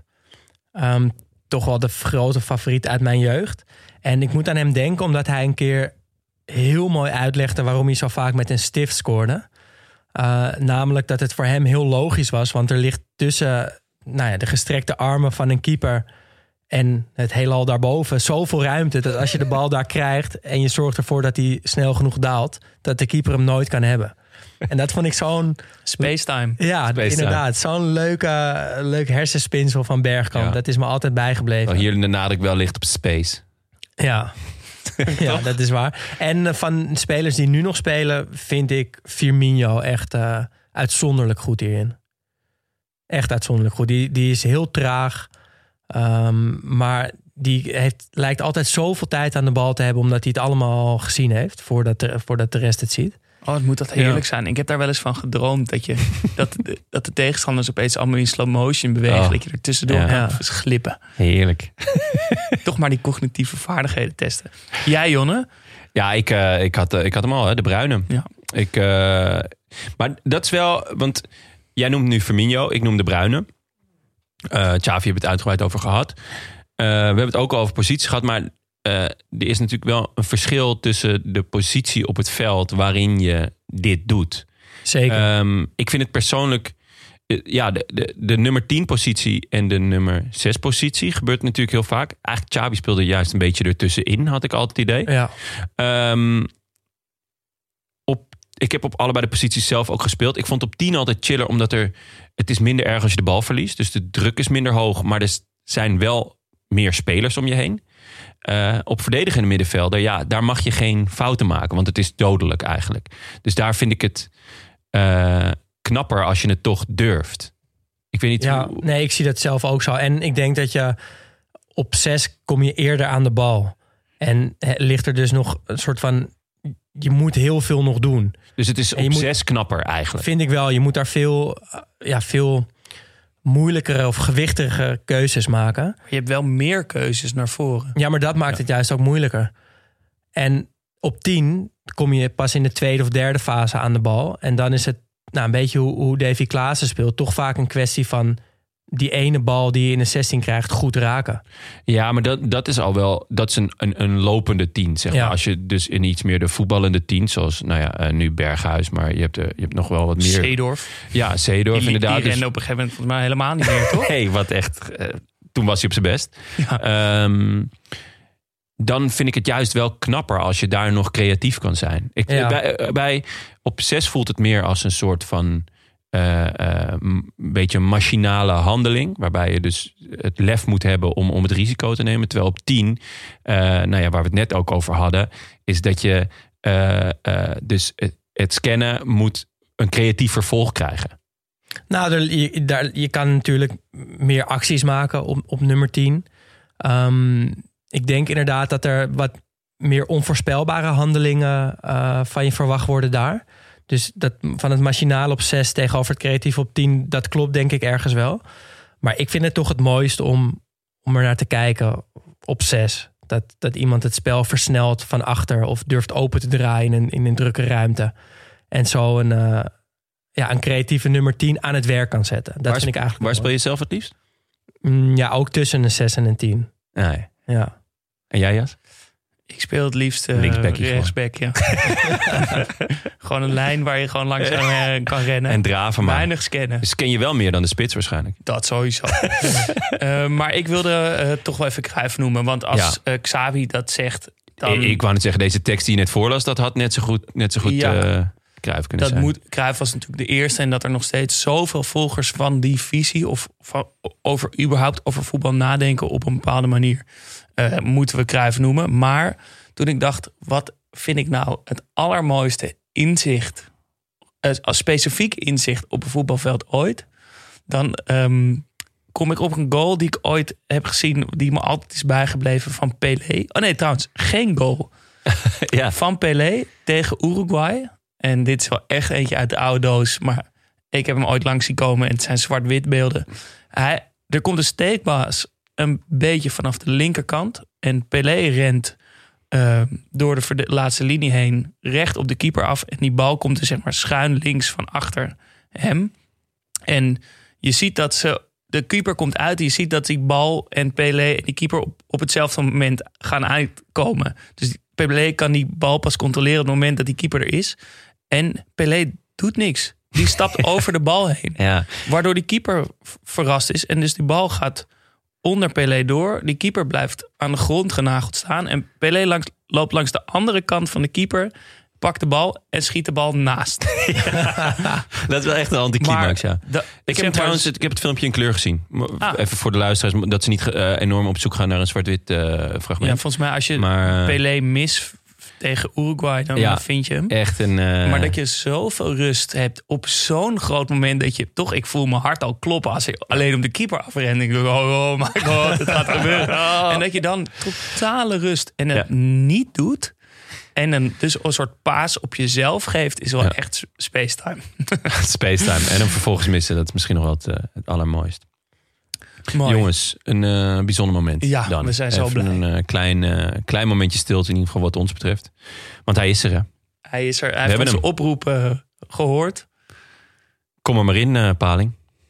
Toch wel de grote favoriet uit mijn jeugd. En ik moet aan hem denken omdat hij een keer heel mooi uitlegde waarom hij zo vaak met een stift scoorde. Namelijk dat het voor hem heel logisch was. Want er ligt tussen de gestrekte armen van een keeper en het heelal daarboven zoveel ruimte dat als je de bal daar krijgt en je zorgt ervoor dat hij snel genoeg daalt, dat de keeper hem nooit kan hebben. En dat vond ik zo'n Spacetime. Ja, inderdaad. Zo'n leuk hersenspinsel van Bergkamp. Ja. Dat is me altijd bijgebleven. Hier de nadruk wel ligt op space. Ja. Ja, dat is waar. En van spelers die nu nog spelen, vind ik Firmino echt uitzonderlijk goed hierin. Echt uitzonderlijk goed. Die is heel traag. Maar die lijkt altijd zoveel tijd aan de bal te hebben, omdat hij het allemaal gezien heeft voordat de rest het ziet. Oh, het moet dat heerlijk zijn. Ik heb daar wel eens van gedroomd dat de tegenstanders opeens allemaal in slow motion bewegen. Dat je er tussendoor kan glippen. Heerlijk. Toch maar die cognitieve vaardigheden testen. Jij, Jonne? Ja, ik had hem al, hè, De Bruyne. Ja. Maar dat is wel, want jij noemt nu Firmino, ik noem De Bruyne. Xavi hebben het uitgebreid over gehad. We hebben het ook al over posities gehad, maar er is natuurlijk wel een verschil tussen de positie op het veld waarin je dit doet. Zeker. Ik vind het persoonlijk, de nummer 10 positie en de nummer 6 positie gebeurt natuurlijk heel vaak. Eigenlijk Xavi speelde juist een beetje ertussenin, had ik altijd het idee. Ja. Ik heb op allebei de posities zelf ook gespeeld. Ik vond op 10 altijd chiller, omdat het is minder erg als je de bal verliest. Dus de druk is minder hoog, maar er zijn wel meer spelers om je heen. Op verdedigende middenvelder, daar mag je geen fouten maken, want het is dodelijk eigenlijk. Dus daar vind ik het knapper als je het toch durft. Ik weet niet Nee, ik zie dat zelf ook zo. En ik denk dat je op 6 kom je eerder aan de bal. En ligt er dus nog een soort van, je moet heel veel nog doen. Dus het is op 6 knapper eigenlijk. Vind ik wel. Je moet daar veel moeilijkere of gewichtige keuzes maken. Je hebt wel meer keuzes naar voren. Ja, maar dat maakt het juist ook moeilijker. En op 10 kom je pas in de tweede of derde fase aan de bal. En dan is het een beetje hoe Davy Klaassen speelt. Toch vaak een kwestie van die ene bal die je in de 16 krijgt goed raken. Ja, maar dat is al wel... Dat is een lopende 10, zeg maar. Ja. Als je dus in iets meer de voetballende 10... zoals nu Berghuis, maar je hebt nog wel wat meer... Seedorf. Ja, Seedorf inderdaad. Die rende op een gegeven moment volgens mij helemaal niet meer, toch? Nee, wat echt... toen was hij op zijn best. Ja. Dan vind ik het juist wel knapper als je daar nog creatief kan zijn. Op 6 voelt het meer als een soort van... een beetje een machinale handeling, waarbij je dus het lef moet hebben om het risico te nemen. Terwijl op 10, waar we het net ook over hadden, is dat je dus het scannen moet een creatief vervolg krijgen. Nou, je kan natuurlijk meer acties maken op nummer 10. Ik denk inderdaad dat er wat meer onvoorspelbare handelingen van je verwacht worden daar. Dus dat van het machinale op 6 tegenover het creatief op 10... dat klopt denk ik ergens wel. Maar ik vind het toch het mooist om er naar te kijken op 6. Dat iemand het spel versnelt van achter... of durft open te draaien in een drukke ruimte. En zo een creatieve nummer 10 aan het werk kan zetten. Dat vind ik eigenlijk Waar speel je zelf het liefst? Ja, ook tussen een 6 en een 10. Ja. En jij, Jas? Ik speel het liefst rechtsback, ja. Gewoon een lijn waar je gewoon langs kan rennen. En draven maar. Weinig scannen. Dus ken je wel meer dan de spits waarschijnlijk. Dat sowieso. Maar ik wilde toch wel even Cruijff noemen. Want als Xavi dat zegt... Dan... Ik wou net zeggen, deze tekst die je net voorlas... dat had net zo goed Cruijff kunnen zijn. Cruijff was natuurlijk de eerste... en dat er nog steeds zoveel volgers van die visie... of überhaupt over voetbal nadenken op een bepaalde manier... moeten we Cruijff noemen. Maar toen ik dacht, wat vind ik nou het allermooiste inzicht... als specifiek inzicht op een voetbalveld ooit... dan kom ik op een goal die ik ooit heb gezien... die me altijd is bijgebleven van Pelé. Oh nee, trouwens, geen goal. Ja. Van Pelé tegen Uruguay. En dit is wel echt eentje uit de oude doos... maar ik heb hem ooit langs zien komen... en het zijn zwart-wit beelden. Er komt een steekpaas een beetje vanaf de linkerkant... en Pelé rent door de laatste linie heen... recht op de keeper af... en die bal komt er zeg maar schuin links van achter hem. En je ziet dat de keeper komt uit... en je ziet dat die bal en Pelé en die keeper... op hetzelfde moment gaan uitkomen. Dus Pelé kan die bal pas controleren... op het moment dat die keeper er is. En Pelé doet niks. Die stapt over de bal heen. Ja. Waardoor die keeper verrast is. En dus die bal gaat onder Pelé door. Die keeper blijft aan de grond genageld staan. En Pelé loopt langs de andere kant van de keeper... pakt de bal en schiet de bal naast. Dat is wel echt een anticlimax, ja. Ik heb het filmpje in kleur gezien. Even voor de luisteraars, dat ze niet enorm op zoek gaan naar een zwart-wit fragment. Ja, volgens mij als je Pelé mis tegen Uruguay, dan vind je hem. Echt maar dat je zoveel rust hebt op zo'n groot moment... dat je toch, ik voel mijn hart al kloppen... als ik alleen op de keeper afren. Ik denk, oh my god, het gaat gebeuren. En dat je dan totale rust en het niet doet... en dus een soort paas op jezelf geeft... is wel echt spacetime. Spacetime. En dan vervolgens missen, dat is misschien nog wel het allermooist. Mooi. Jongens, een bijzonder moment. Ja, dan. We zijn zo blij. Een klein momentje stilte in ieder geval wat ons betreft. Want hij is er, hè? Hij is er. Hij heeft onze oproep gehoord. Kom er maar in, Paling.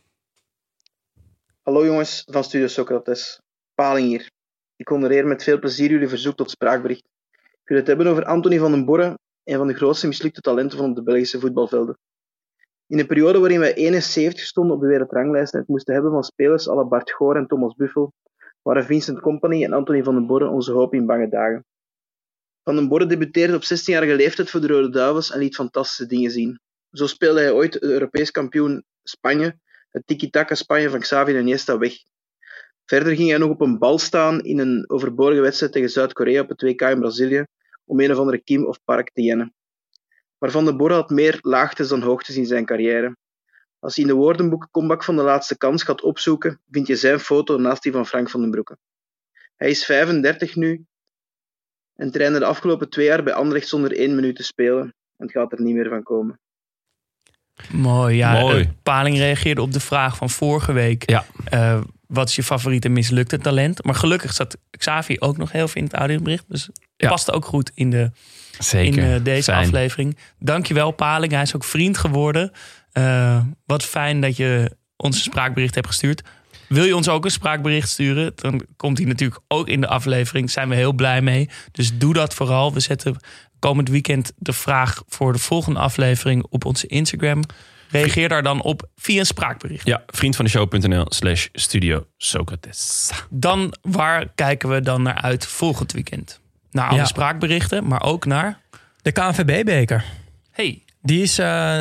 Hallo jongens van Studio Socrates. Paling hier. Ik honoreer met veel plezier jullie verzoek tot spraakbericht. Ik wil het hebben over Anthony van den Borre, een van de grootste mislukte talenten van op de Belgische voetbalvelden. In een periode waarin wij 71 stonden op de wereldranglijst en het moesten hebben van spelers à la Bart Goor en Thomas Buffel, waren Vincent Kompany en Anthony van den Borre onze hoop in bange dagen. Van den Borre debuteerde op 16-jarige leeftijd voor de Rode Duivels en liet fantastische dingen zien. Zo speelde hij ooit de Europees kampioen Spanje, het tiki-taka Spanje van Xavi en Iniesta, weg. Verder ging hij nog op een bal staan in een overbodige wedstrijd tegen Zuid-Korea op het WK in Brazilië, om een of andere Kim of Park te jennen. Maar Van den Borre had meer laagtes dan hoogtes in zijn carrière. Als je in de woordenboek Comeback van de laatste kans gaat opzoeken, vind je zijn foto naast die van Frank van den Broeke. Hij is 35 nu en trainde de afgelopen 2 jaar bij Anderlecht zonder 1 minuut te spelen. En het gaat er niet meer van komen. Mooi, ja. Mooi. Paling reageerde op de vraag van vorige week. Ja. Wat is je favoriete mislukte talent? Maar gelukkig zat Xavi ook nog heel veel in het audiobericht. Dus past ook goed in deze aflevering. Dankjewel, Paling. Hij is ook vriend geworden. Wat fijn dat je ons een spraakbericht hebt gestuurd. Wil je ons ook een spraakbericht sturen? Dan komt hij natuurlijk ook in de aflevering. Daar zijn we heel blij mee. Dus doe dat vooral. We zetten komend weekend de vraag voor de volgende aflevering op onze Instagram. Reageer daar dan op via een spraakbericht. Ja, vriendvandeshow.nl/Studio Socrates. Dan, waar kijken we dan naar uit volgend weekend? Naar alle spraakberichten, maar ook naar... De KNVB-beker. Hey. Die is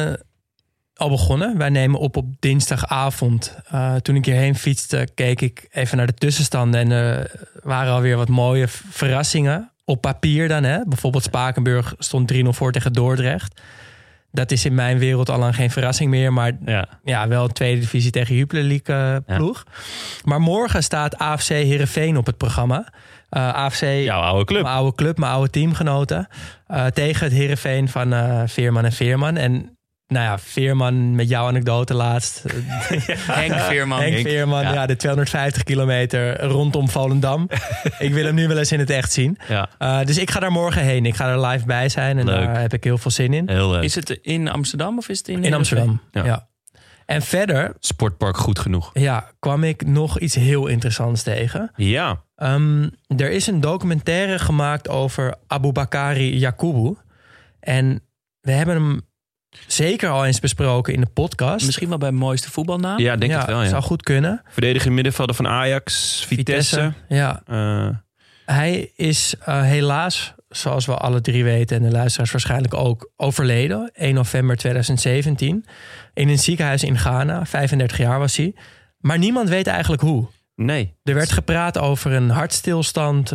al begonnen. Wij nemen op dinsdagavond. Toen ik hierheen fietste, keek ik even naar de tussenstanden. En er waren alweer wat mooie verrassingen. Op papier dan. Hè? Bijvoorbeeld Spakenburg stond 3-0 voor tegen Dordrecht. Dat is in mijn wereld al lang geen verrassing meer. Maar ja wel een tweede divisie tegen Jupiler League ploeg. Ja. Maar morgen staat AFC Heerenveen op het programma. AFC, jouw oude club. Mijn oude club, mijn oude teamgenoten. Tegen het Heerenveen van Veerman en Veerman. En nou ja, Veerman met jouw anekdote laatst. Henk Veerman. Henk Veerman, de 250 kilometer rondom Volendam. Ik wil hem nu wel eens in het echt zien. Ja. Dus ik ga daar morgen heen. Ik ga er live bij zijn en daar heb ik heel veel zin in. Heel leuk. Is het in Amsterdam of is het in Amsterdam? Ja. En verder... Sportpark goed genoeg. Ja, kwam ik nog iets heel interessants tegen. Ja. Er is een documentaire gemaakt over Aboubakary Yakubu. En we hebben hem zeker al eens besproken in de podcast. Misschien wel bij mooiste voetbalnaam. Ja, denk het wel. Ja. Zou goed kunnen. Verdediger middenvelder van Ajax, Vitesse. Ja. Hij is helaas, zoals we alle drie weten en de luisteraars waarschijnlijk ook, overleden. 1 november 2017. In een ziekenhuis in Ghana. 35 jaar was hij. Maar niemand weet eigenlijk hoe. Nee. Er werd gepraat over een hartstilstand.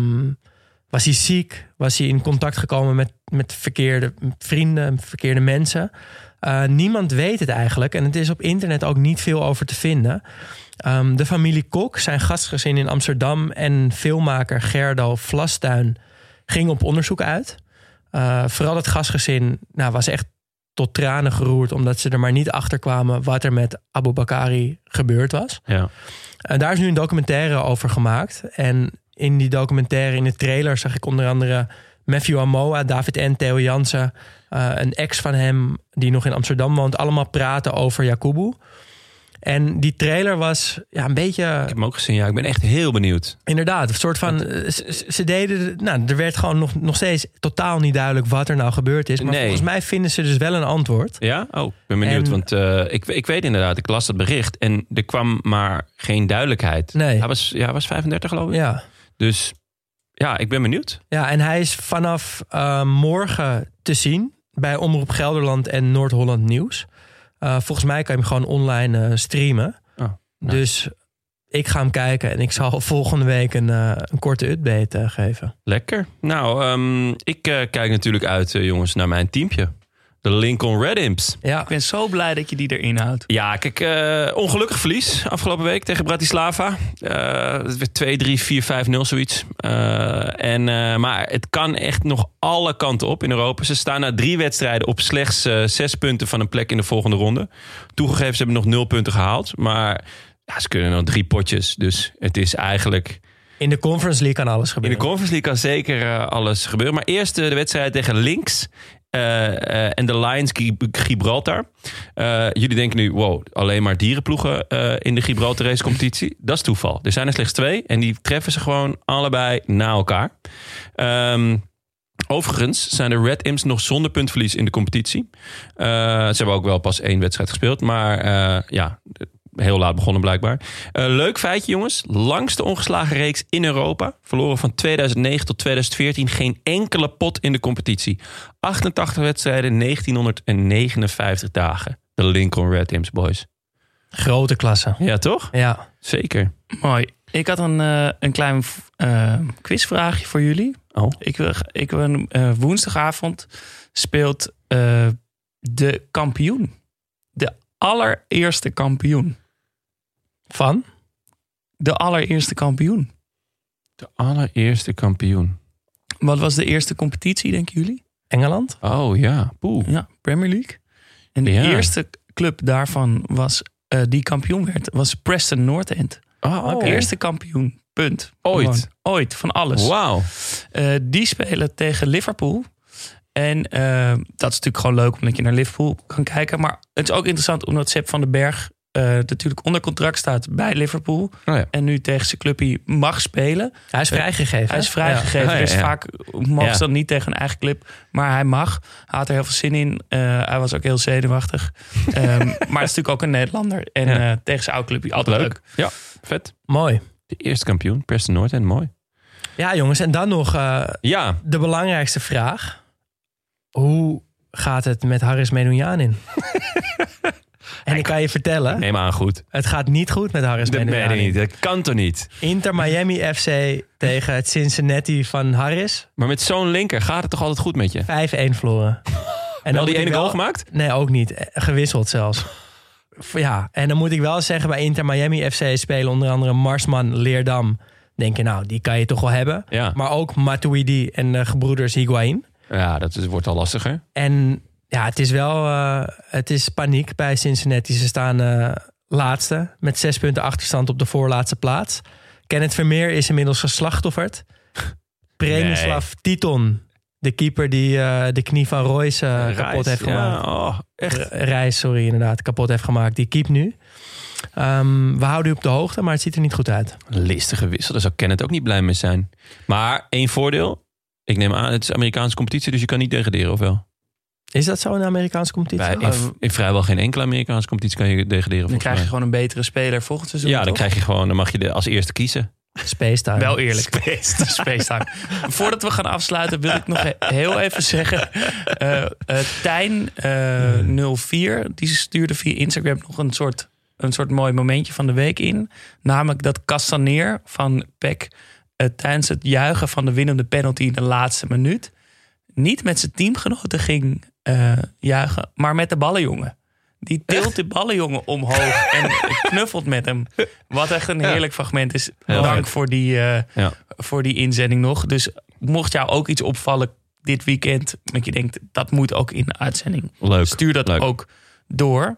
Was hij ziek? Was hij in contact gekomen met verkeerde vrienden, verkeerde mensen? Niemand weet het eigenlijk. En het is op internet ook niet veel over te vinden. De familie Kok, zijn gastgezin in Amsterdam en filmmaker Gerdo Vlastuin ging op onderzoek uit. Vooral het gastgezin was echt tot tranen geroerd, omdat ze er maar niet achter kwamen wat er met Aboubakary gebeurd was. Ja. Daar is nu een documentaire over gemaakt. En in die documentaire, in de trailer, zag ik onder andere Matthew Amoa, David N, Theo Jansen, een ex van hem die nog in Amsterdam woont, allemaal praten over Yakubu. En die trailer was een beetje... Ik heb hem ook gezien, ik ben echt heel benieuwd. Inderdaad, een soort van... Ze deden... er werd gewoon nog steeds totaal niet duidelijk wat er nou gebeurd is. Maar volgens mij vinden ze dus wel een antwoord. Ja? Oh, ik ben benieuwd. Want ik weet inderdaad, ik las dat bericht en er kwam maar geen duidelijkheid. Nee. Hij was 35 geloof ik. Ja. Dus ja, ik ben benieuwd. Ja, en hij is vanaf morgen te zien bij Omroep Gelderland en Noord-Holland Nieuws. Volgens mij kan je hem gewoon online streamen. Oh, nice. Dus ik ga hem kijken en ik zal volgende week een korte update geven. Lekker. Nou, ik kijk natuurlijk uit, jongens, naar mijn teampje. De Lincoln Red Imps. Ja. Ik ben zo blij dat je die erin houdt. Ja, kijk, ongelukkig verlies afgelopen week tegen Bratislava. Het werd 2-3, 4-5-0 zoiets. Maar het kan echt nog alle kanten op in Europa. Ze staan na 3 wedstrijden op slechts 6 punten van een plek in de volgende ronde. Toegegeven, ze hebben nog 0 punten gehaald. Maar ze kunnen nog 3 potjes. Dus het is eigenlijk... In de Conference League kan alles gebeuren. In de Conference League kan zeker alles gebeuren. Maar eerst de wedstrijd tegen Lynx. En de Lions Gibraltar. Jullie denken nu, wow, alleen maar dierenploegen in de Gibraltar race competitie. Dat is toeval. Er zijn er slechts 2 en die treffen ze gewoon allebei na elkaar. Overigens zijn de Red Imps nog zonder puntverlies in de competitie. Ze hebben ook wel pas 1 wedstrijd gespeeld. Maar heel laat begonnen blijkbaar. Leuk feitje, jongens. Langste ongeslagen reeks in Europa. Verloren van 2009 tot 2014. Geen enkele pot in de competitie. 88 wedstrijden, 1959 dagen. De Lincoln Red Imps, boys. Grote klasse. Ja, toch? Ja. Zeker. Mooi. Ik had een klein quizvraagje voor jullie. Oh. Ik wil woensdagavond speelt de kampioen. De allereerste kampioen. Van? De allereerste kampioen. De allereerste kampioen. Wat was de eerste competitie, denken jullie? Engeland. Oh ja, poeh. Ja, Premier League. En de eerste club daarvan was die kampioen werd, was Preston North End. Oh. Eerste kampioen, punt. Ooit? Gewoon. Ooit, van alles. Wauw. Die spelen tegen Liverpool. En dat is natuurlijk gewoon leuk omdat je naar Liverpool kan kijken. Maar het is ook interessant omdat Sepp van den Berg natuurlijk onder contract staat bij Liverpool. Oh ja. En nu tegen zijn clubje mag spelen. Hij is vrijgegeven. Hij is vrijgegeven. Ja. Dus Ja. vaak mogen ze dan niet tegen een eigen club. Maar hij mag. Hij had er heel veel zin in. Hij was ook heel zenuwachtig. Maar het is natuurlijk ook een Nederlander. En tegen zijn oude clubje altijd leuk. Ja, vet. Mooi. De eerste kampioen, Preston North End, mooi. Ja, jongens. En dan nog Ja, de belangrijkste vraag. Hoe gaat het met Haris Medunjanin? En ik kan je vertellen, neem aan goed. het gaat niet goed met Haris Dat meen je Medunjanin. niet, dat kan toch niet? Inter Miami FC tegen het Cincinnati van Haris. 5-1 Maar met zo'n linker gaat het toch altijd goed met je? verloren. En Wel moet die ik ene goal gemaakt? Nee, ook niet. Gewisseld zelfs. Ja, en dan moet ik wel zeggen, bij Inter Miami FC spelen onder andere Marsman, Leerdam. Denk je, nou, die kan je toch wel hebben. Ja. Maar ook Matuidi en de gebroeders Higuain. Ja, wordt al lastiger. En ja, het is paniek bij Cincinnati. Ze staan laatste met 6 punten achterstand op de voorlaatste plaats. Kenneth Vermeer is inmiddels geslachtofferd. Premislav Titon, de keeper die de knie van Royce kapot heeft gemaakt. Ja, echt. Reis, sorry, inderdaad, kapot heeft gemaakt. Die keept nu. We houden u op de hoogte, maar het ziet er niet goed uit. Listige wissel, daar zou Kenneth ook niet blij mee zijn. Maar één voordeel. Ik neem aan, het is Amerikaanse competitie, dus je kan niet degraderen, of wel? Is dat zo in de Amerikaanse competitie? In vrijwel geen enkele Amerikaanse competitie kan je degraderen. Dan krijg je gewoon een betere speler volgend seizoen. Ja, dan toch? krijg je gewoon, dan mag je als eerste kiezen. Space Time. Wel eerlijk. Space Time. Voordat we gaan afsluiten wil ik nog heel even zeggen. Tijn 04, die stuurde via Instagram nog een soort mooi momentje van de week in. Namelijk dat Castaneer van PEC tijdens het juichen van de winnende penalty in de laatste minuut niet met zijn teamgenoten ging juichen, maar met de ballenjongen. Die tilt de ballenjongen omhoog en knuffelt met hem. Wat echt een heerlijk fragment is. Dank voor die inzending nog. Dus mocht jou ook iets opvallen dit weekend, dat je denkt, dat moet ook in de uitzending. Leuk. Stuur dat ook door.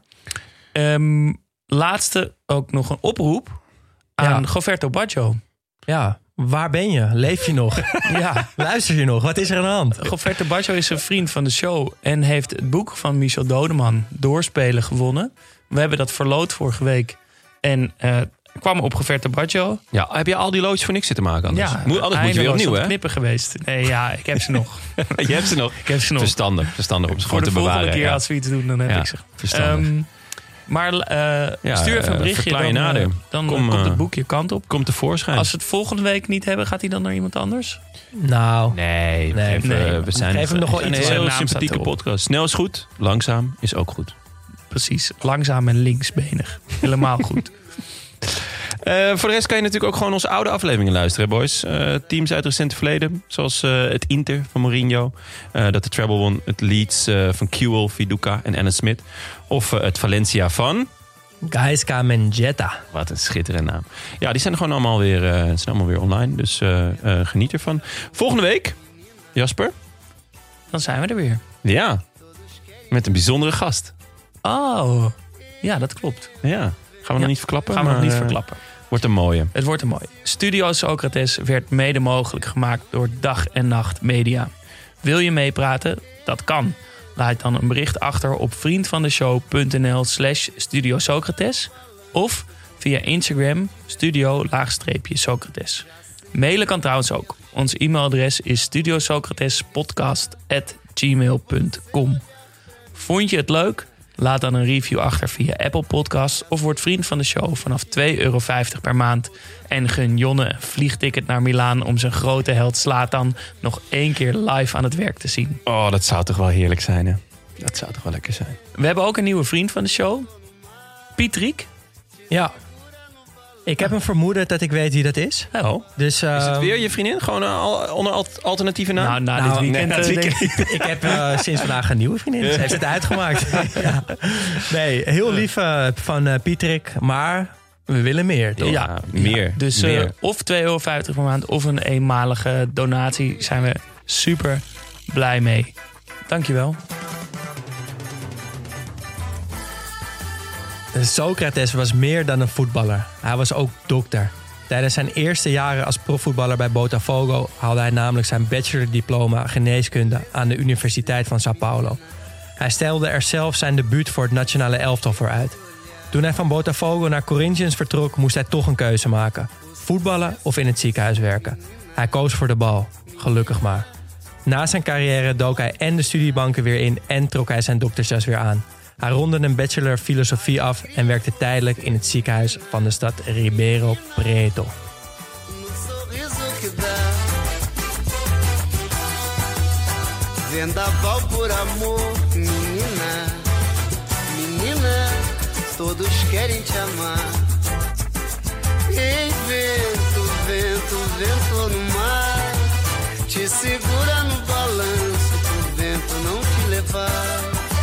Laatste ook nog een oproep aan Goverto Baggio. Ja, waar ben je? Leef je nog? Ja, luister je nog? Wat is er aan de hand? Goverto Baggio is een vriend van de show en heeft het boek van Michel Dodeman, Doorspelen, gewonnen. We hebben dat verloot vorige week en kwam op Goverto Baggio. Ja, heb je al die loodjes voor niks zitten maken anders? Ja, Anders moet je weer opnieuw, hè? knippen geweest. Nee, ja, ik heb ze nog. Je hebt ze nog? Ik heb ze nog. Verstandig om ze Voor gewoon de te bewaren. volgende keer als we iets doen, dan heb ik ze. Verstandig. Maar stuur even een berichtje. Dan komt het boek je kant op. Komt tevoorschijn. Als we het volgende week niet hebben, gaat hij dan naar iemand anders? Nou, Nee. We zijn geef hem nog wel een iets. heel Naam sympathieke staat erop. podcast. Snel is goed, langzaam is ook goed. Precies, langzaam en linksbenig. Helemaal goed. Voor de rest kan je natuurlijk ook gewoon onze oude afleveringen luisteren, hè, boys. Teams uit het recente verleden, zoals het Inter van Mourinho. Dat de treble won, het Leeds van Kewell, Viduka en Alan Smith. Of het Valencia van... Gaisca Menjetta. Wat een schitterende naam. Ja, die zijn gewoon allemaal weer online, dus geniet ervan. Volgende week, Jasper. Dan zijn we er weer. Ja, met een bijzondere gast. Oh, ja, dat klopt. Ja, gaan we nog niet verklappen? Gaan we nog maar, niet verklappen. Wordt een mooie. Het wordt een mooi. Studio Socrates werd mede mogelijk gemaakt door Dag en Nacht Media. Wil je meepraten? Dat kan. Laat dan een bericht achter op vriendvandeshow.nl/Studio Socrates of via Instagram studio-Socrates. Mailen kan trouwens ook. Ons e-mailadres is studiosocratespodcast@gmail.com. Vond je het leuk? Laat dan een review achter via Apple Podcasts of word vriend van de show vanaf €2,50 per maand. En gun Jonne een vliegticket naar Milaan om zijn grote held Zlatan nog 1 keer live aan het werk te zien. Oh, dat zou toch wel heerlijk zijn, hè? Dat zou toch wel lekker zijn. We hebben ook een nieuwe vriend van de show. Piet Riek. Ja. Ik heb een vermoeden dat ik weet wie dat is. Oh. Dus, Is het weer je vriendin? Gewoon onder alternatieve naam? Nou, dit weekend. Ik heb sinds vandaag een nieuwe vriendin. Ze heeft het uitgemaakt. Ja. Nee, heel lief van Pietrik. Maar we willen meer, toch? Ja, meer. Dus meer. of €2,50 per maand of een eenmalige donatie. Zijn we super blij mee. Dankjewel. Socrates was meer dan een voetballer. Hij was ook dokter. Tijdens zijn eerste jaren als profvoetballer bij Botafogo haalde hij namelijk zijn bachelordiploma geneeskunde aan de Universiteit van Sao Paulo. Hij stelde er zelf zijn debuut voor het nationale elftal voor uit. Toen hij van Botafogo naar Corinthians vertrok, moest hij toch een keuze maken. Voetballen of in het ziekenhuis werken. Hij koos voor de bal. Gelukkig maar. Na zijn carrière dook hij en de studiebanken weer in en trok hij zijn doktersjas weer aan. Hij ronde een bachelor filosofie af en werkte tijdelijk in het ziekenhuis van de stad Ribeirão Preto. Vendaval por amor, menina, menina, todos querem te amar. Ei, vento, vento, vento no mar, te segura no balanço, pro vento não te levar.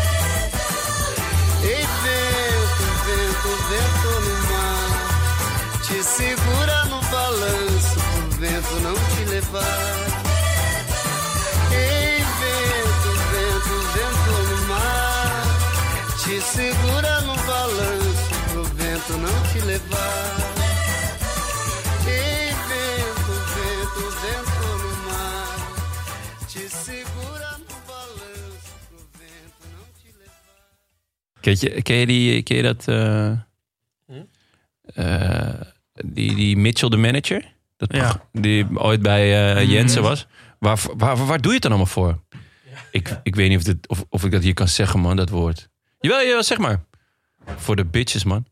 Ei, vento, vento, vento no mar, te segura no balanço, pro vento não te levar. Te segura no balanço pro vento não te levar. Ei, vento, vento, vento no mar. Te segura no balanço pro vento não te levar. Ken je dat? Die Mitchell de manager? Die ooit bij Jensen was. Waar doe je het dan allemaal voor? Ik weet niet of ik dat hier kan zeggen, man, dat woord. Jawel, zeg maar. Voor de bitches, man.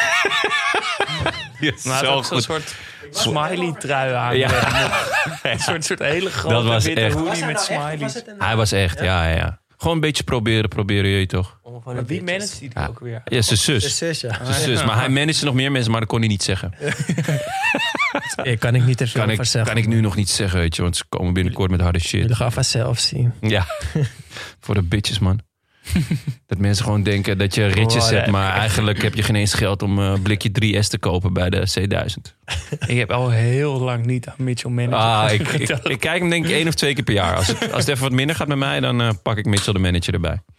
Maar het ook zo'n soort smiley-trui aan. Ja. Een soort hele grote witte hoodie met smileys. Hij was echt, ja. Gewoon een beetje proberen je toch. Maar wie managt die ook weer? Ja, zijn zus. Zijn zus, ja. Zijn zus. Maar hij managde nog meer mensen, maar dat kon hij niet zeggen. Kan ik niet te veel over zeggen. Kan ik nu nog niet zeggen, weet je. Want ze komen binnenkort met harde shit. Jullie gaan vast zelf zien. Ja. Voor de bitches, man. Dat mensen gewoon denken dat je ritjes hebt, maar eigenlijk heb je geen eens geld om een blikje 3S te kopen bij de C1000. Ik heb al heel lang niet aan Mitchell Manager. Ik kijk hem denk ik 1 of 2 keer per jaar. Als het even wat minder gaat met mij, dan pak ik Mitchell de Manager erbij.